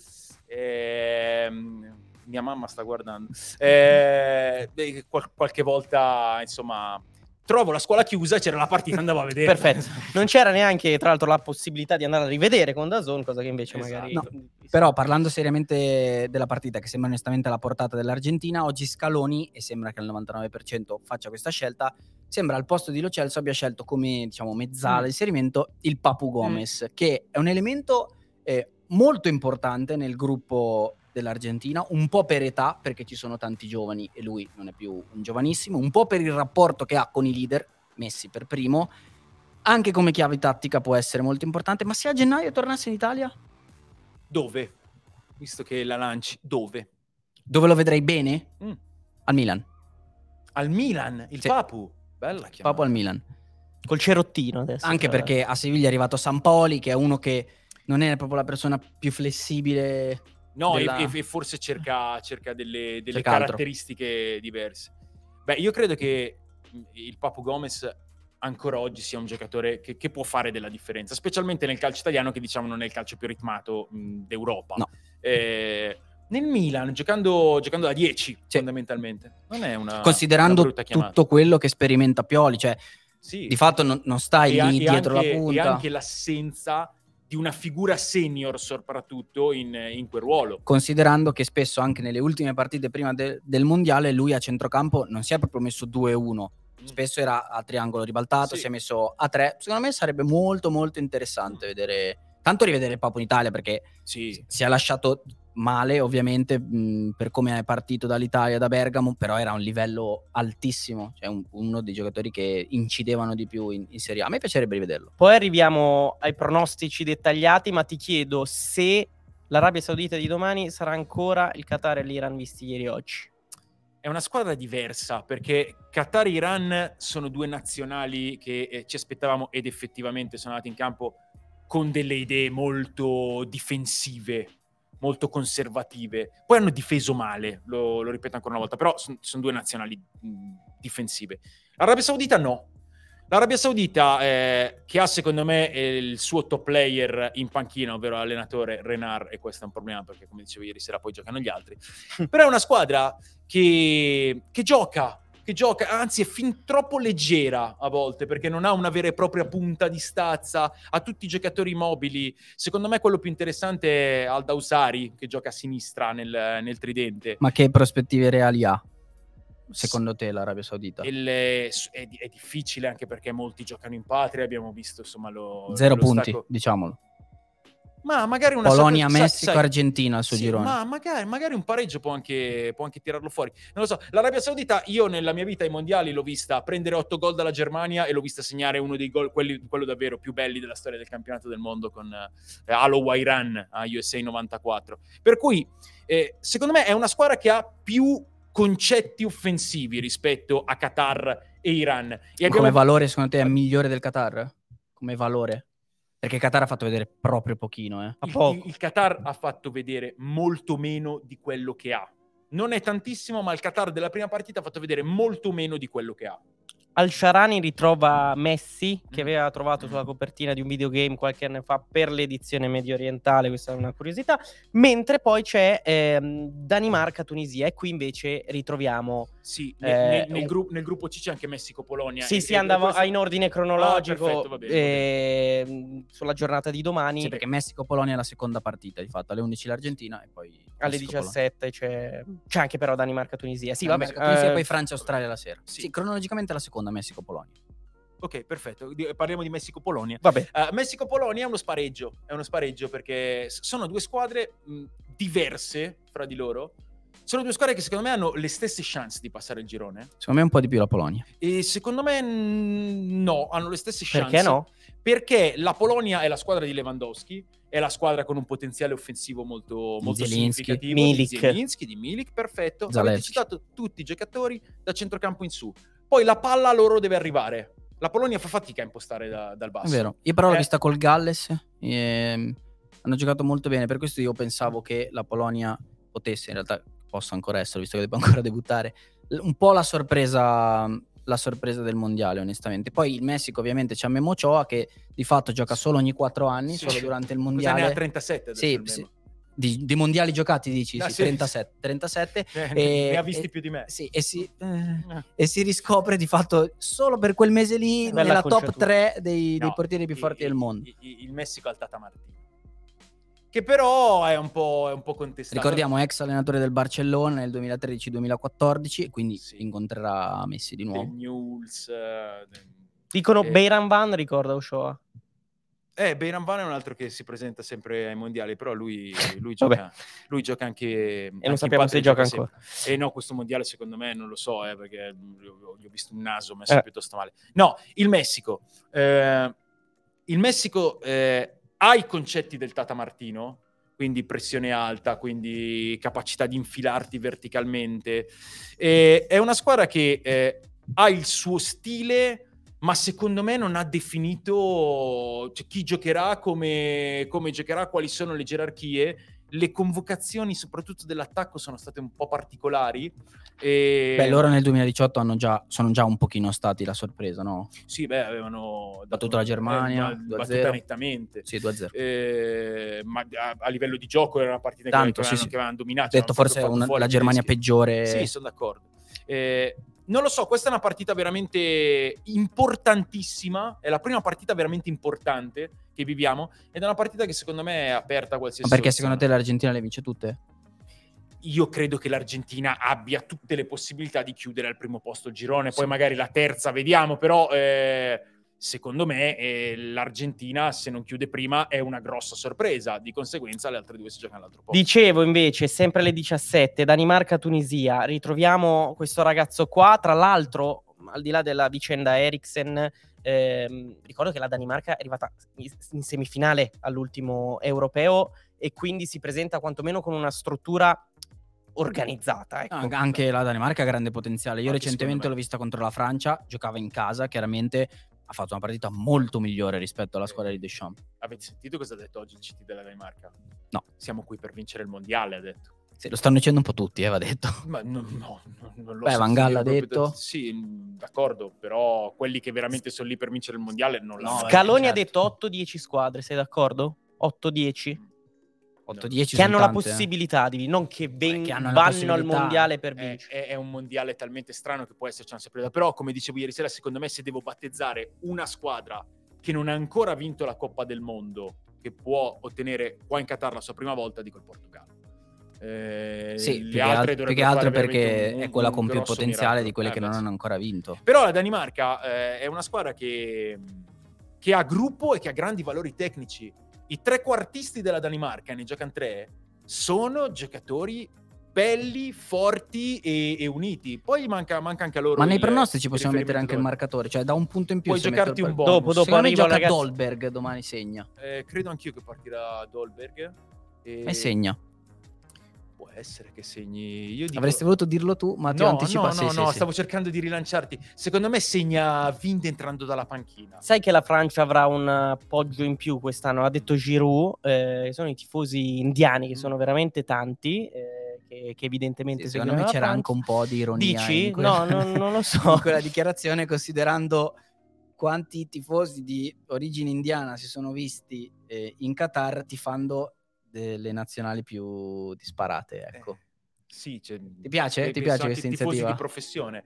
Ehm, mia mamma sta guardando. Eh, beh, qual- qualche volta, insomma, trovo la scuola chiusa, c'era la partita, andavo a vedere. Perfetto. Non c'era neanche, tra l'altro, la possibilità di andare a rivedere con DAZN, cosa che invece Esatto. magari... No, Però parlando seriamente della partita, che sembra onestamente alla portata dell'Argentina, oggi Scaloni, e sembra che al novantanove per cento faccia questa scelta, sembra al posto di Lo Celso abbia scelto come, diciamo, mezzala Mm. di inserimento il Papu Gomez, mm. che è un elemento eh, molto importante nel gruppo dell'Argentina, un po' per età, perché ci sono tanti giovani e lui non è più un giovanissimo, un po' per il rapporto che ha con i leader, Messi per primo, anche come chiave tattica può essere molto importante. Ma se a gennaio tornasse in Italia? Dove? Visto che la lanci, dove? Dove lo vedrei bene? Mm. Al Milan. Al Milan, il Sì. Papu. Bella chiamata. Papu al Milan. Col cerottino adesso. Anche tra perché a Siviglia è arrivato Sampaoli, che è uno che non è proprio la persona più flessibile. No, della... e, e forse cerca, cerca delle, delle Cerca altro. caratteristiche diverse. Beh, io credo che il Papu Gomez ancora oggi sia un giocatore che, che può fare della differenza, specialmente nel calcio italiano, che diciamo non è il calcio più ritmato mh, d'Europa. No. Eh, nel Milan, giocando, giocando da dieci, Sì. fondamentalmente. Non è una, Considerando una brutta chiamata. tutto quello che sperimenta Pioli, cioè Sì. di fatto non, non stai E a- lì e dietro anche, la punta. E anche l'assenza di una figura senior, soprattutto in, in quel ruolo. Considerando che spesso anche nelle ultime partite prima de- del mondiale lui a centrocampo non si è proprio messo due uno, spesso era a triangolo ribaltato, Sì. si è messo a tre. Secondo me sarebbe molto molto interessante vedere, tanto rivedere il Papu in Italia, perché Sì. si è lasciato male ovviamente mh, per come è partito dall'Italia, da Bergamo, però era a un livello altissimo, cioè un- uno dei giocatori che incidevano di più in, in Serie A. A me piacerebbe rivederlo. Poi arriviamo ai pronostici dettagliati, ma ti chiedo se l'Arabia Saudita di domani sarà ancora il Qatar e l'Iran visti ieri oggi. È una squadra diversa, perché Qatar e Iran sono due nazionali che eh, ci aspettavamo, ed effettivamente sono andati in campo con delle idee molto difensive, molto conservative. Poi hanno difeso male, lo, lo ripeto ancora una volta, però sono son due nazionali mh, difensive. L'Arabia Saudita no. L'Arabia Saudita, eh, che ha secondo me eh, il suo top player in panchina, ovvero l'allenatore Renard, e questo è un problema perché, come dicevo ieri sera, poi giocano gli altri. Però è una squadra che, che gioca, che gioca, anzi è fin troppo leggera a volte, perché non ha una vera e propria punta di stazza, ha tutti i giocatori mobili. Secondo me quello più interessante è Al-Dawsari, che gioca a sinistra nel, nel tridente. Ma che prospettive reali ha, secondo te, l'Arabia Saudita? Il, è, è difficile, anche perché molti giocano in patria, abbiamo visto insomma lo zero lo punti, stacco. diciamolo. Ma magari una Polonia, sorta- Messico, sai- Argentina al suo sì, girone. ma magari, magari un pareggio può anche, può anche tirarlo fuori. Non lo so, l'Arabia Saudita, io nella mia vita ai mondiali l'ho vista prendere otto gol dalla Germania e l'ho vista segnare uno dei gol, quelli, quello davvero più belli della storia del campionato del mondo, con eh, Alo Wairan a U S A novantaquattro. Per cui eh, secondo me è una squadra che ha più concetti offensivi rispetto a Qatar e Iran. E Ma abbiamo... come valore, secondo te, è migliore del Qatar? Come valore? Perché Qatar ha fatto vedere proprio pochino, eh. il, il, il Qatar ha fatto vedere molto meno di quello che ha. Non è tantissimo, ma il Qatar della prima partita ha fatto vedere molto meno di quello che ha. Al-Sharani ritrova Messi, che aveva trovato sulla copertina di un videogame qualche anno fa per l'edizione medio orientale, questa è una curiosità, mentre poi c'è ehm, Danimarca-Tunisia, e qui invece ritroviamo... Sì, eh, nel, nel, nel, un... gru- nel gruppo C c'è anche Messico-Polonia. Sì, e, sì, e andava questo... in ordine cronologico, ah, perfetto, va bene, e... va bene. sulla giornata di domani. Sì, perché Messico-Polonia è la seconda partita, di fatto, alle undici l'Argentina e poi alle diciassette c'è... c'è anche però Danimarca-Tunisia. Sì, vabbè, Tunisia eh... e poi Francia-Australia la sera. Sì. Sì, cronologicamente la seconda, Messico-Polonia. Ok, perfetto. Di- parliamo di Messico-Polonia. Vabbè. Uh, Messico-Polonia è uno spareggio. È uno spareggio perché s- sono due squadre mh, diverse fra di loro. Sono due squadre che secondo me hanno le stesse chance di passare il girone. Secondo me un po' di più la Polonia. E secondo me mh, no, hanno le stesse chance. Perché no? Perché la Polonia è la squadra di Lewandowski, è la squadra con un potenziale offensivo molto, molto Zielinski. significativo. Milik. Di Zielinski, di Milik, perfetto. Avete Zalewski. citato tutti i giocatori da centrocampo in su. Poi la palla a loro deve arrivare. La Polonia fa fatica a impostare da, dal basso. È vero. Io però l'ho Eh. vista col Galles. E hanno giocato molto bene. Per questo io pensavo che la Polonia potesse, in realtà possa ancora essere, visto che devo ancora debuttare, l- un po' la sorpresa, la sorpresa del mondiale, onestamente. Poi il Messico ovviamente c'ha Memo Ochoa, che di fatto gioca solo ogni quattro anni, Sì. solo durante il Cosa mondiale. ne ha trentasette adesso Sì, il sì. Memo? Di, di mondiali giocati dici? Ah, sì, sì. trentasette. trentasette Eh, e- ne ha visti e- più di me. Sì, e si, eh, Eh. e si riscopre di fatto solo per quel mese lì Bella nella top acconciatura. tre dei, dei No, portieri più il- forti del il- mondo. Il, il Messico al Tata Martino, che però è un po', è un po' contestato. Ricordiamo, ex allenatore del Barcellona nel duemilatredici duemilaquattordici, e quindi Sì. incontrerà Messi di del nuovo. Newell's. eh, del- Dicono eh, Beiran Van, ricorda Ochoa. Eh, Beiran Van è un altro che si presenta sempre ai mondiali, però lui, lui, Vabbè. gioca, lui gioca anche. E non sappiamo se gioca ancora. E eh, no, questo mondiale secondo me non lo so, eh, perché gli ho, gli ho visto un naso messo Eh. piuttosto male. No, il Messico. Eh, il Messico eh, ha i concetti del Tata Martino, quindi pressione alta, quindi capacità di infilarti verticalmente. Eh, è una squadra che eh, ha il suo stile, ma secondo me non ha definito, cioè, chi giocherà, come, come giocherà, quali sono le gerarchie. Le convocazioni, soprattutto dell'attacco, sono state un po' particolari. E... Beh, loro nel duemiladiciotto hanno già, sono già un pochino stati la sorpresa, no? Sì, beh, avevano Battuto la Germania, eh, due a battuta zero. nettamente. Sì, due a zero. Eh, ma a, a livello di gioco era una partita Tanto, che, sì, avevano, sì. che avevano dominato. Ho detto avevano forse fatto una- fuori la i Germania tedeschi. peggiore. Sì, sono d'accordo. Eh, non lo so, questa è una partita veramente importantissima, è la prima partita veramente importante che viviamo, ed è una partita che secondo me è aperta a qualsiasi Ma perché soluzione. secondo te l'Argentina le vince tutte? Io credo che l'Argentina abbia tutte le possibilità di chiudere al primo posto il girone, poi magari la terza vediamo, però eh, secondo me eh, l'Argentina, se non chiude prima, è una grossa sorpresa, di conseguenza le altre due si giocano all'altro posto. Dicevo invece, sempre alle diciassette, Danimarca-Tunisia, ritroviamo questo ragazzo qua, tra l'altro, al di là della vicenda Eriksen, ehm, ricordo che la Danimarca è arrivata in semifinale all'ultimo europeo e quindi si presenta quantomeno con una struttura organizzata, ecco. No, anche la Danimarca ha grande potenziale. Io Anche recentemente secondo me. l'ho vista contro la Francia, giocava in casa, chiaramente ha fatto una partita molto migliore rispetto alla squadra di Deschamps. Avete sentito cosa ha detto oggi il C T della Danimarca? No. Siamo qui per vincere il mondiale, ha detto. Sì, lo stanno dicendo un po' tutti, eh, va detto. Ma no, no, no, non lo Beh, so Van se Gaal dire ha proprio detto. da- Sì, mh, d'accordo, però quelli che veramente sono lì per vincere il mondiale non l'hanno. No, detto. Scaloni ha certo. detto otto dieci squadre, sei d'accordo? otto dieci? otto dieci Che sono hanno la tante, eh. possibilità di non che, ven- che hanno la vanno al possibilità. mondiale per È, vincere. è- è un mondiale talmente strano che può esserci una sorpresa. Però, come dicevo ieri sera, secondo me, se devo battezzare una squadra che non ha ancora vinto la Coppa del Mondo, che può ottenere qua in Qatar la sua prima volta, dico il Portogallo. Eh, Sì, le più che, altre al- più che dovrebbero altro fare veramente perché un- è quella un con più grosso potenziale miracolo. di quelle Eh, che beh, non sì. hanno ancora vinto. Però la Danimarca eh, è una squadra che, che ha gruppo e che ha grandi valori tecnici. I trequartisti della Danimarca, ne giocano tre, sono giocatori belli, forti e, e uniti. Poi manca, manca anche a loro Ma nei il- pronostici il possiamo mettere anche il riferimento marcatore, cioè da un punto in più. Puoi se giocarti metto il un par- bonus. Dopo, dopo Secondo me arriva, gioca ragazzi. Dolberg, domani segna. Eh, credo anch'io che partirà Dolberg. E E segna. può essere che segni. Io dico... Avresti voluto dirlo tu, ma ti ho No, anticipato. no, no, Sì, no, sì, sì. stavo cercando di rilanciarti. Secondo me segna Wind entrando dalla panchina. Sai che la Francia avrà un appoggio in più quest'anno? Ha detto Giroud, eh, che sono i tifosi indiani, che Mm. sono veramente tanti, eh, che, che evidentemente Sì, secondo me seguiranno la c'era Francia. anche un po' di ironia Dici? in quella, No, non, non lo so. in quella dichiarazione, considerando quanti tifosi di origine indiana si sono visti eh, in Qatar tifando delle nazionali più disparate, ecco. Eh, sì, cioè, Ti piace? pe- Ti penso piace anche questa tifosi iniziativa? di professione.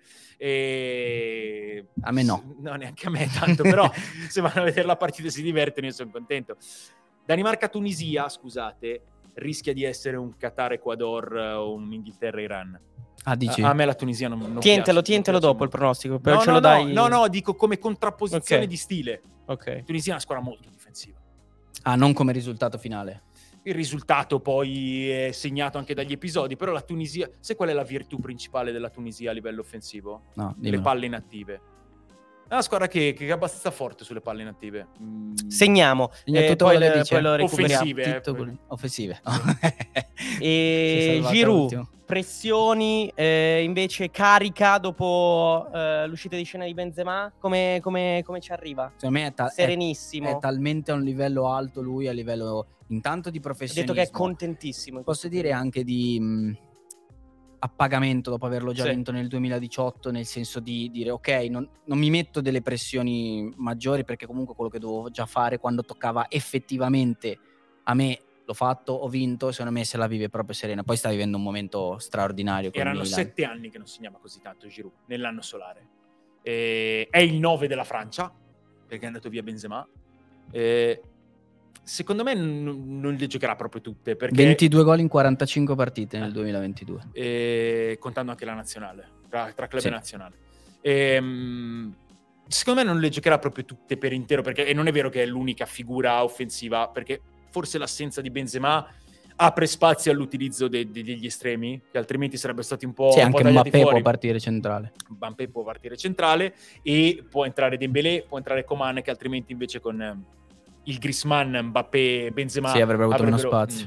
E... A me no. S- No, neanche a me tanto, però se vanno a vedere la partita e si divertono, io sono contento. Danimarca-Tunisia, scusate, rischia di essere un Qatar-Ecuador o un Inghilterra-Iran. Ah, dici? A, a me la Tunisia non, non Tientelo, piace, tientelo non piace dopo il molto. pronostico, però No, ce no, lo no, dai. no, no, dico come contrapposizione Ok. di stile. Ok. Tunisia è una squadra molto difensiva. Ah, non come risultato finale. Il risultato poi è segnato anche dagli episodi, però la Tunisia... Sai qual è la virtù principale della Tunisia a livello offensivo? No, Le dimmelo. palle inattive. È una squadra che, che è abbastanza forte sulle palle inattive. Mm. Segniamo, Segna eh, tutto poi, quello che le- dice. poi lo recuperiamo. Offensive, eh, Tutto poi. quello- offensive. Si è E salvato Giroud, all'ultimo. pressioni, eh, invece carica dopo eh, l'uscita di scena di Benzema, come, come- come ci arriva? Secondo me è, ta- è- Serenissimo. è talmente a un livello alto lui, a livello intanto di Ha professionismo. detto che è contentissimo. in Posso questo dire periodo. anche di mh, appagamento dopo averlo già Sì. vinto nel duemiladiciotto, nel senso di dire ok, non, non mi metto delle pressioni maggiori perché comunque quello che dovevo già fare quando toccava effettivamente a me l'ho fatto, ho vinto, secondo me se la vive proprio serena. Poi sta vivendo un momento straordinario con Erano Milan. sette anni che non segnava così tanto Giroud nell'anno solare. E è il nove della Francia, perché è andato via Benzema. E secondo me n- non le giocherà proprio tutte, perché ventidue gol in quarantacinque partite nel Eh. duemilaventidue. e contando anche la nazionale, tra, tra club Sì. e nazionale. Ehm, secondo me non le giocherà proprio tutte per intero, perché e non è vero che è l'unica figura offensiva, perché forse l'assenza di Benzema apre spazio all'utilizzo de- de- degli estremi, che altrimenti sarebbe stati un po', Sì, un po' anche tagliati Mbappé fuori. può partire centrale. Mbappé può partire centrale e può entrare Dembélé, può entrare Coman, che altrimenti invece con eh, il Griezmann, Mbappé, Benzema Sì, avrebbe avuto meno avrebbero- spazio.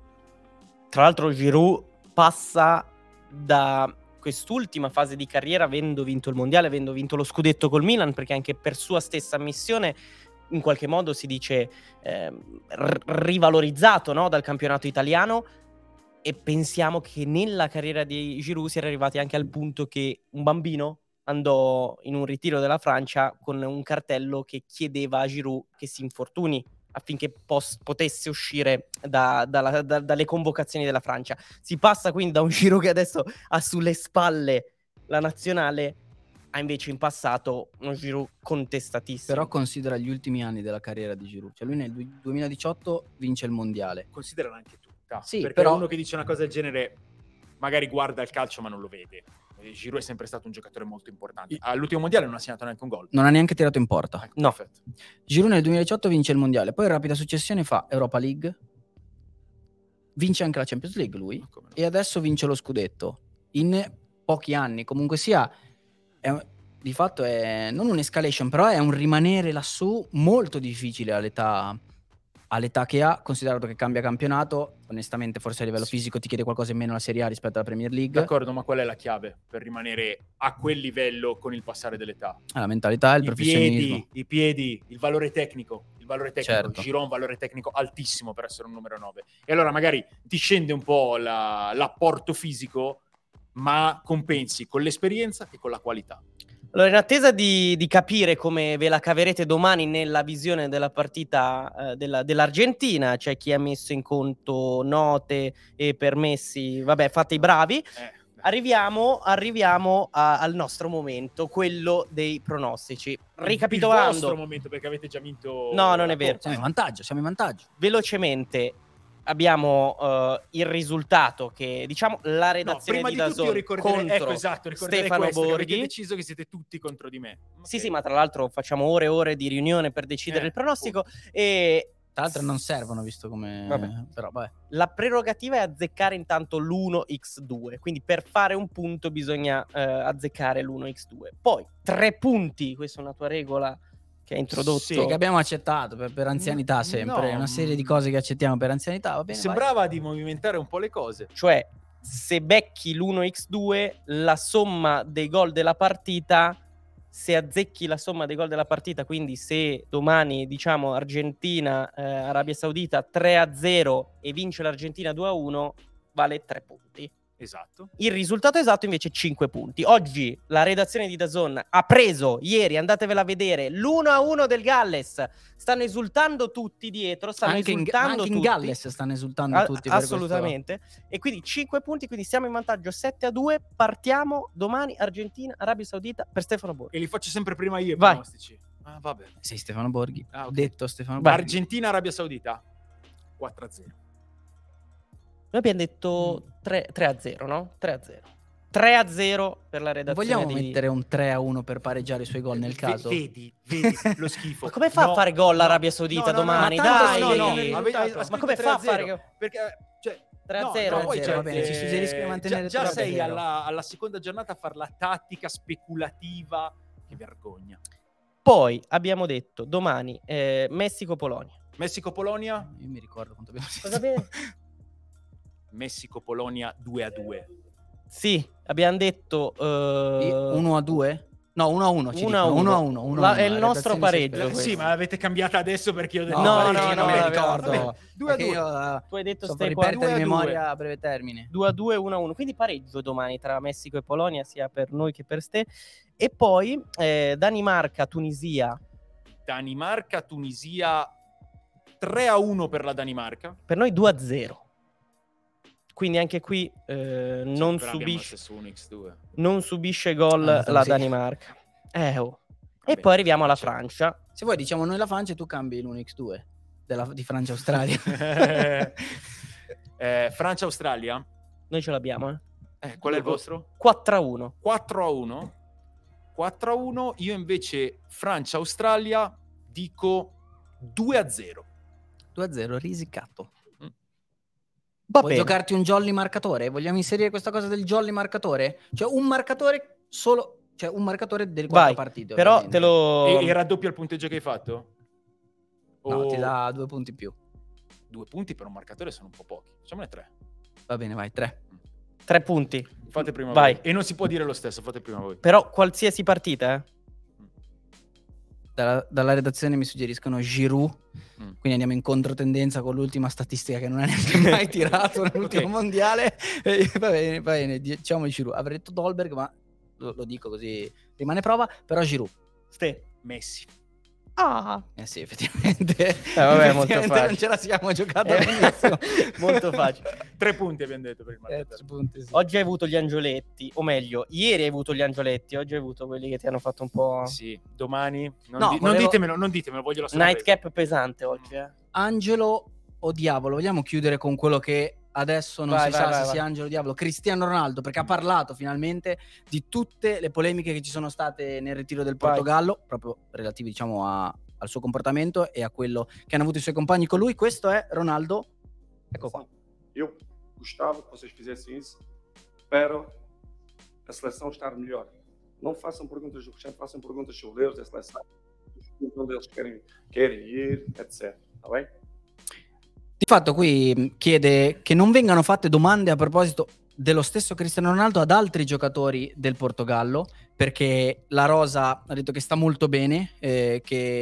Mm. Tra l'altro Giroud passa da quest'ultima fase di carriera avendo vinto il mondiale, avendo vinto lo scudetto col Milan, perché anche per sua stessa ammissione in qualche modo si dice eh, r- rivalorizzato, no, dal campionato italiano, e pensiamo che nella carriera di Giroud si era arrivati anche al punto che un bambino andò in un ritiro della Francia con un cartello che chiedeva a Giroud che si infortuni affinché pos- potesse uscire da- dalla- da- dalle convocazioni della Francia. Si passa quindi da un Giroud che adesso ha sulle spalle la nazionale a invece in passato uno Giroud contestatissimo. Però considera gli ultimi anni della carriera di Giroud. Cioè lui nel du- duemiladiciotto vince il mondiale. Considerala anche tutta, Sì, perché però- uno che dice una cosa del genere magari guarda il calcio ma non lo vede. E Giroud è sempre stato un giocatore molto importante. All'ultimo mondiale non ha segnato neanche un gol. Non ha neanche tirato in porta. Ecco, No. perfetto. Giroud nel duemiladiciotto vince il mondiale, poi in rapida successione fa Europa League, vince anche la Champions League lui, Ma come no? e adesso vince lo scudetto. In pochi anni, comunque sia, è un- di fatto è non un'escalation, però è un rimanere lassù molto difficile all'età, all'età che ha, considerato che cambia campionato. Onestamente forse a livello Sì. fisico ti chiede qualcosa in meno la Serie A rispetto alla Premier League. D'accordo, ma qual è la chiave per rimanere a quel livello con il passare dell'età? Ah, la mentalità, il I professionismo. piedi, i piedi, il valore tecnico. Il valore tecnico. Certo. Giroud, valore tecnico altissimo per essere un numero nove. E allora magari ti scende un po' la, l'apporto fisico, ma compensi con l'esperienza e con la qualità. Allora, in attesa di, di capire come ve la caverete domani nella visione della partita eh, della, dell'Argentina, c'è chi ha messo in conto note e permessi, vabbè, fate i bravi. Eh, Arriviamo, arriviamo a- al nostro momento, quello dei pronostici. il vostro Ricapitolando momento, perché avete già vinto. No, non la è vero. Coppa. Siamo in vantaggio, siamo in vantaggio. velocemente, abbiamo eh, il risultato che, diciamo, la No, redazione prima di di tutto io Dazon ricorderei, contro ecco, esatto, ricorderei Stefano questo, che Borghi. avete deciso che siete tutti contro di me. Sì, Ok. sì, ma tra l'altro facciamo ore e ore di riunione per decidere Eh, il pronostico e Tra l'altro non servono, visto come... Vabbè. Però vabbè. la prerogativa è azzeccare intanto l'uno per due, quindi per fare un punto bisogna eh, azzeccare l'uno per due. Poi tre punti, questa è una tua regola che hai introdotto. Sì, Sì, che abbiamo accettato per, per anzianità sempre, No, una serie di cose che accettiamo per anzianità, va bene? Sembrava di movimentare un po' le cose. Cioè, se becchi l'uno per due, la somma dei gol della partita, se azzecchi la somma dei gol della partita, quindi se domani, diciamo, Argentina, eh, Arabia Saudita tre a zero e vince l'Argentina due a uno, vale tre punti. Esatto. Il risultato esatto invece è cinque punti. Oggi la redazione di DAZN ha preso, ieri, andatevela a vedere, l'uno a uno del Galles. Stanno esultando tutti dietro, stanno Anche in, esultando anche in tutti. Galles stanno esultando A- tutti per assolutamente. E quindi cinque punti, quindi siamo in vantaggio sette a due. Partiamo domani Argentina, Arabia Saudita per Stefano Borghi. E li faccio sempre prima io i Vai. pronostici. Ah, vabbè. questo. Sei Stefano Borghi. Ah, ok. Detto Stefano Vai. Borghi. Argentina, Arabia Saudita quattro a zero. Noi abbiamo detto tre a zero, no? tre a zero. tre a zero per la Non redazione vogliamo di... mettere un tre a uno per pareggiare i suoi gol nel V- caso? Vedi, vedi lo schifo. Ma come fa No, a fare gol no, l'Arabia Saudita no, no, no, domani? ma tanto Dai! no, no, Ave- ave- ha Ma come scritto fa a tre fare zero, gol? Perché, cioè, tre a no, zero? no, poi zero, c'è- va bene, ci eh, suggerisco di mantenere già, già tre a sei zero. alla, alla seconda giornata a fare la tattica speculativa. Che vergogna. Poi abbiamo detto domani eh, Messico-Polonia. Messico-Polonia. Io mi ricordo quanto abbiamo detto. Cosa bene? Messico-Polonia due a due. Sì, abbiamo detto eh, uno a due? No, uno a uno. ci uno a dicono, uno. uno a uno, uno La- a uno. è il La nostro redazione si pareggio aspetta. questo. Sì, ma l'avete cambiata adesso perché io ho detto No, No, no, no, no, no, me no, lo ricordo. Vabbè, due a Perché due. io, eh, Tu hai detto so ste ripetere due a di due. memoria a breve termine. due a due, uno a uno. Quindi pareggio domani tra Messico e Polonia, sia per noi che per ste. E poi eh, Danimarca-Tunisia. Danimarca, Tunisia tre a uno per la Danimarca. Per noi due a zero. Quindi anche qui eh, non, Però abbiamo lo subisce, stesso uno per due. non subisce gol Ah, la sì. Danimarca. Eh, oh. E Vabbè, poi arriviamo alla c'è. Francia. Se vuoi diciamo noi la Francia e tu cambi l'uno per due della, di Francia-Australia. eh, Francia-Australia. Noi ce l'abbiamo, eh. Eh, qual è il vostro? quattro a uno. quattro a uno. quattro a uno. Io invece Francia-Australia dico due a zero. due a zero, risicato. Va Vuoi bene. giocarti un jolly marcatore? Vogliamo inserire questa cosa del jolly marcatore? Cioè un marcatore solo, cioè un marcatore delle quattro Vai, partite. però ovviamente. te lo... E, e raddoppia il punteggio che hai fatto? No, O- ti dà due punti in più. Due punti per un marcatore sono un po' pochi. Facciamone tre. Va bene, vai, tre. Tre punti. Fate prima Vai. voi. E non si può dire lo stesso, fate prima voi. Però qualsiasi partita, eh. Dalla, dalla redazione mi suggeriscono Giroud, Mm. quindi andiamo in controtendenza con l'ultima statistica che non ha neanche mai tirato nell'ultimo Ok. mondiale. E va bene, va bene, diciamo Giroud. Avrei detto Dolberg, ma lo, lo dico così rimane prova, però Giroud. Ste. Messi. Ah. Eh sì, effettivamente. vabbè, molto effettivamente facile. non ce la siamo giocata Eh, benissimo. molto facile. Tre punti abbiamo detto per il Eh, marcatore. tre punti, sì. Oggi hai avuto gli angioletti, o meglio, ieri hai avuto gli angioletti, oggi hai avuto quelli che ti hanno fatto un po'... Sì, domani. Non, No, di- non volevo- ditemelo, non ditemelo, voglio la sorpresa. Nightcap pesante oggi, eh. Angelo o Diavolo? Vogliamo chiudere con quello che adesso non Vai, si vai, sa vai, se vai. sia Angelo o Diavolo. Cristiano Ronaldo, perché ha parlato finalmente di tutte le polemiche che ci sono state nel ritiro del Vai. Portogallo, proprio relativi diciamo a- al suo comportamento e a quello che hanno avuto i suoi compagni con lui. Questo è Ronaldo. Ecco qua. Eu gostava que vocês fizessem isso para a seleção estar melhor. Não façam perguntas do Cristiano, façam perguntas sobre eles, da seleção, onde eles querem, querem ir, etcétera. Está bem? Di fatto qui mh, chiede che non vengano fatte domande a proposito dello stesso Cristiano Ronaldo ad altri giocatori del Portogallo, perché la rosa ha detto che sta molto bene, eh, che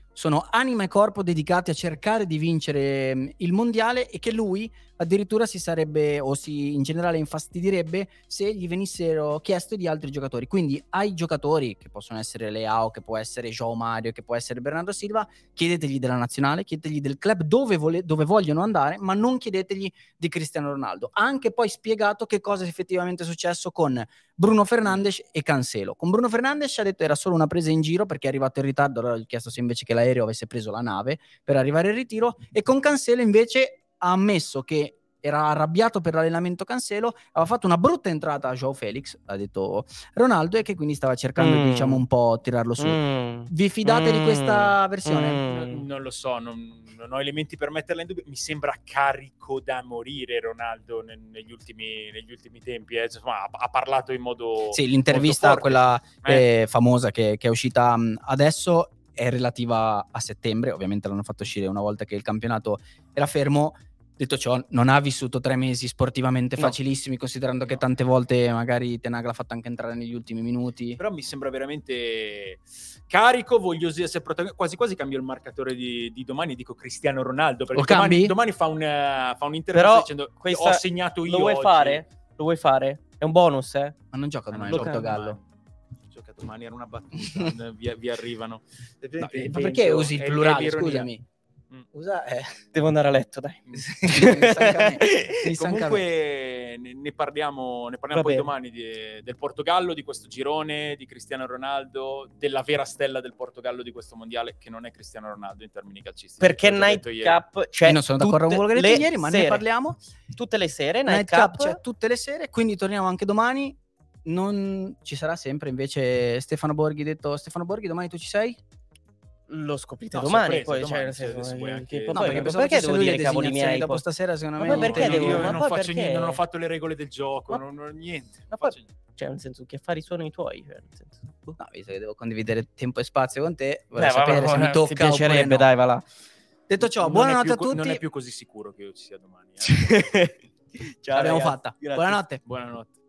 sono anima e corpo dedicati a cercare di vincere mh, il mondiale, e che lui addirittura si sarebbe, o si in generale infastidirebbe, se gli venissero chieste di altri giocatori. Quindi ai giocatori, che possono essere Leao, che può essere João Mario, che può essere Bernardo Silva, chiedetegli della nazionale, chiedetegli del club dove, vole- dove vogliono andare, ma non chiedetegli di Cristiano Ronaldo. Ha anche poi spiegato che cosa è effettivamente successo con Bruno Fernandes e Cancelo. Con Bruno Fernandes ha detto era solo una presa in giro perché è arrivato in ritardo, allora gli ho chiesto se invece che l'aereo avesse preso la nave per arrivare in ritiro, e con Cancelo invece ha ammesso che era arrabbiato per l'allenamento Cancelo, aveva fatto una brutta entrata a João Felix, ha detto Ronaldo, e che quindi stava cercando Mm. di, diciamo, un po' tirarlo su. Mm. Vi fidate di Mm. questa versione? Mm. Non, non lo so, non, non ho elementi per metterla in dubbio. Mi sembra carico da morire Ronaldo ne- negli, ultimi, negli ultimi tempi. Eh. Insomma, ha, ha parlato in modo Sì, l'intervista, molto forte. quella Eh. eh, famosa che, che è uscita mh, adesso, è relativa a settembre. Ovviamente l'hanno fatto uscire una volta che il campionato era fermo. Detto ciò, non ha vissuto tre mesi sportivamente No. facilissimi, considerando che No. tante volte magari Ten Hag l'ha fatto anche entrare negli ultimi minuti. Però mi sembra veramente carico, voglioso di essere protagonista. Quasi quasi cambio il marcatore di, di domani, dico Cristiano Ronaldo, perché Lo domani, cambi? domani fa, un, eh, fa un'intervista Però dicendo questa- ho segnato io Lo vuoi oggi. fare? Lo vuoi fare? È un bonus, eh? Ma non gioca Ah, domani no, il gioca Portogallo. Gioca domani, era una battuta, vi, vi arrivano. No, Pe- ma perché penso- usi il è- è plurale, l'ironia. scusami? Mm. Usa, eh. Devo andare a letto, dai. Mi stanca a me. Mi stanca a me. Comunque ne, ne parliamo, ne parliamo Va poi bene. domani di- del Portogallo, di questo girone, di Cristiano Ronaldo, della vera stella del Portogallo di questo mondiale, che non è Cristiano Ronaldo in termini calcistici. Perché Te l'ho detto Night ieri. Cup c'è Io non sono d'accordo con tutte quello che hai detto le ieri, ma ne sere. parliamo. Tutte le sere, Night, Night, Cup Cup. c'è tutte le sere, quindi torniamo anche domani. Non ci sarà sempre invece Stefano Borghi. Detto Stefano Borghi, domani tu ci sei? Lo scoprite No, domani, sorpresa, poi, domani, cioè, nel se- senso, se vuoi eh, anche- che- No, poi- perché perché, pensavo devo fosse lui dire le cavoli designazioni miei? dopo poi? stasera, secondo Ma me. poi non- perché Io devo- ma non poi faccio perché? niente, non ho fatto le regole del gioco, Ma- non, non- niente. Ma non poi- faccio niente. Cioè, nel senso, che affari sono i tuoi? Cioè, nel senso, boh. No, visto che devo condividere tempo e spazio con te, vorrei Beh, sapere vabbè, se mi ti tocca piacerebbe, oppure no. dai, va là. Detto ciò, Non è buonanotte più a co- tutti. Non è più così sicuro che io ci sia domani. eh. Ciao, L'abbiamo ragazzi. fatta. Grazie. Buonanotte. Buonanotte.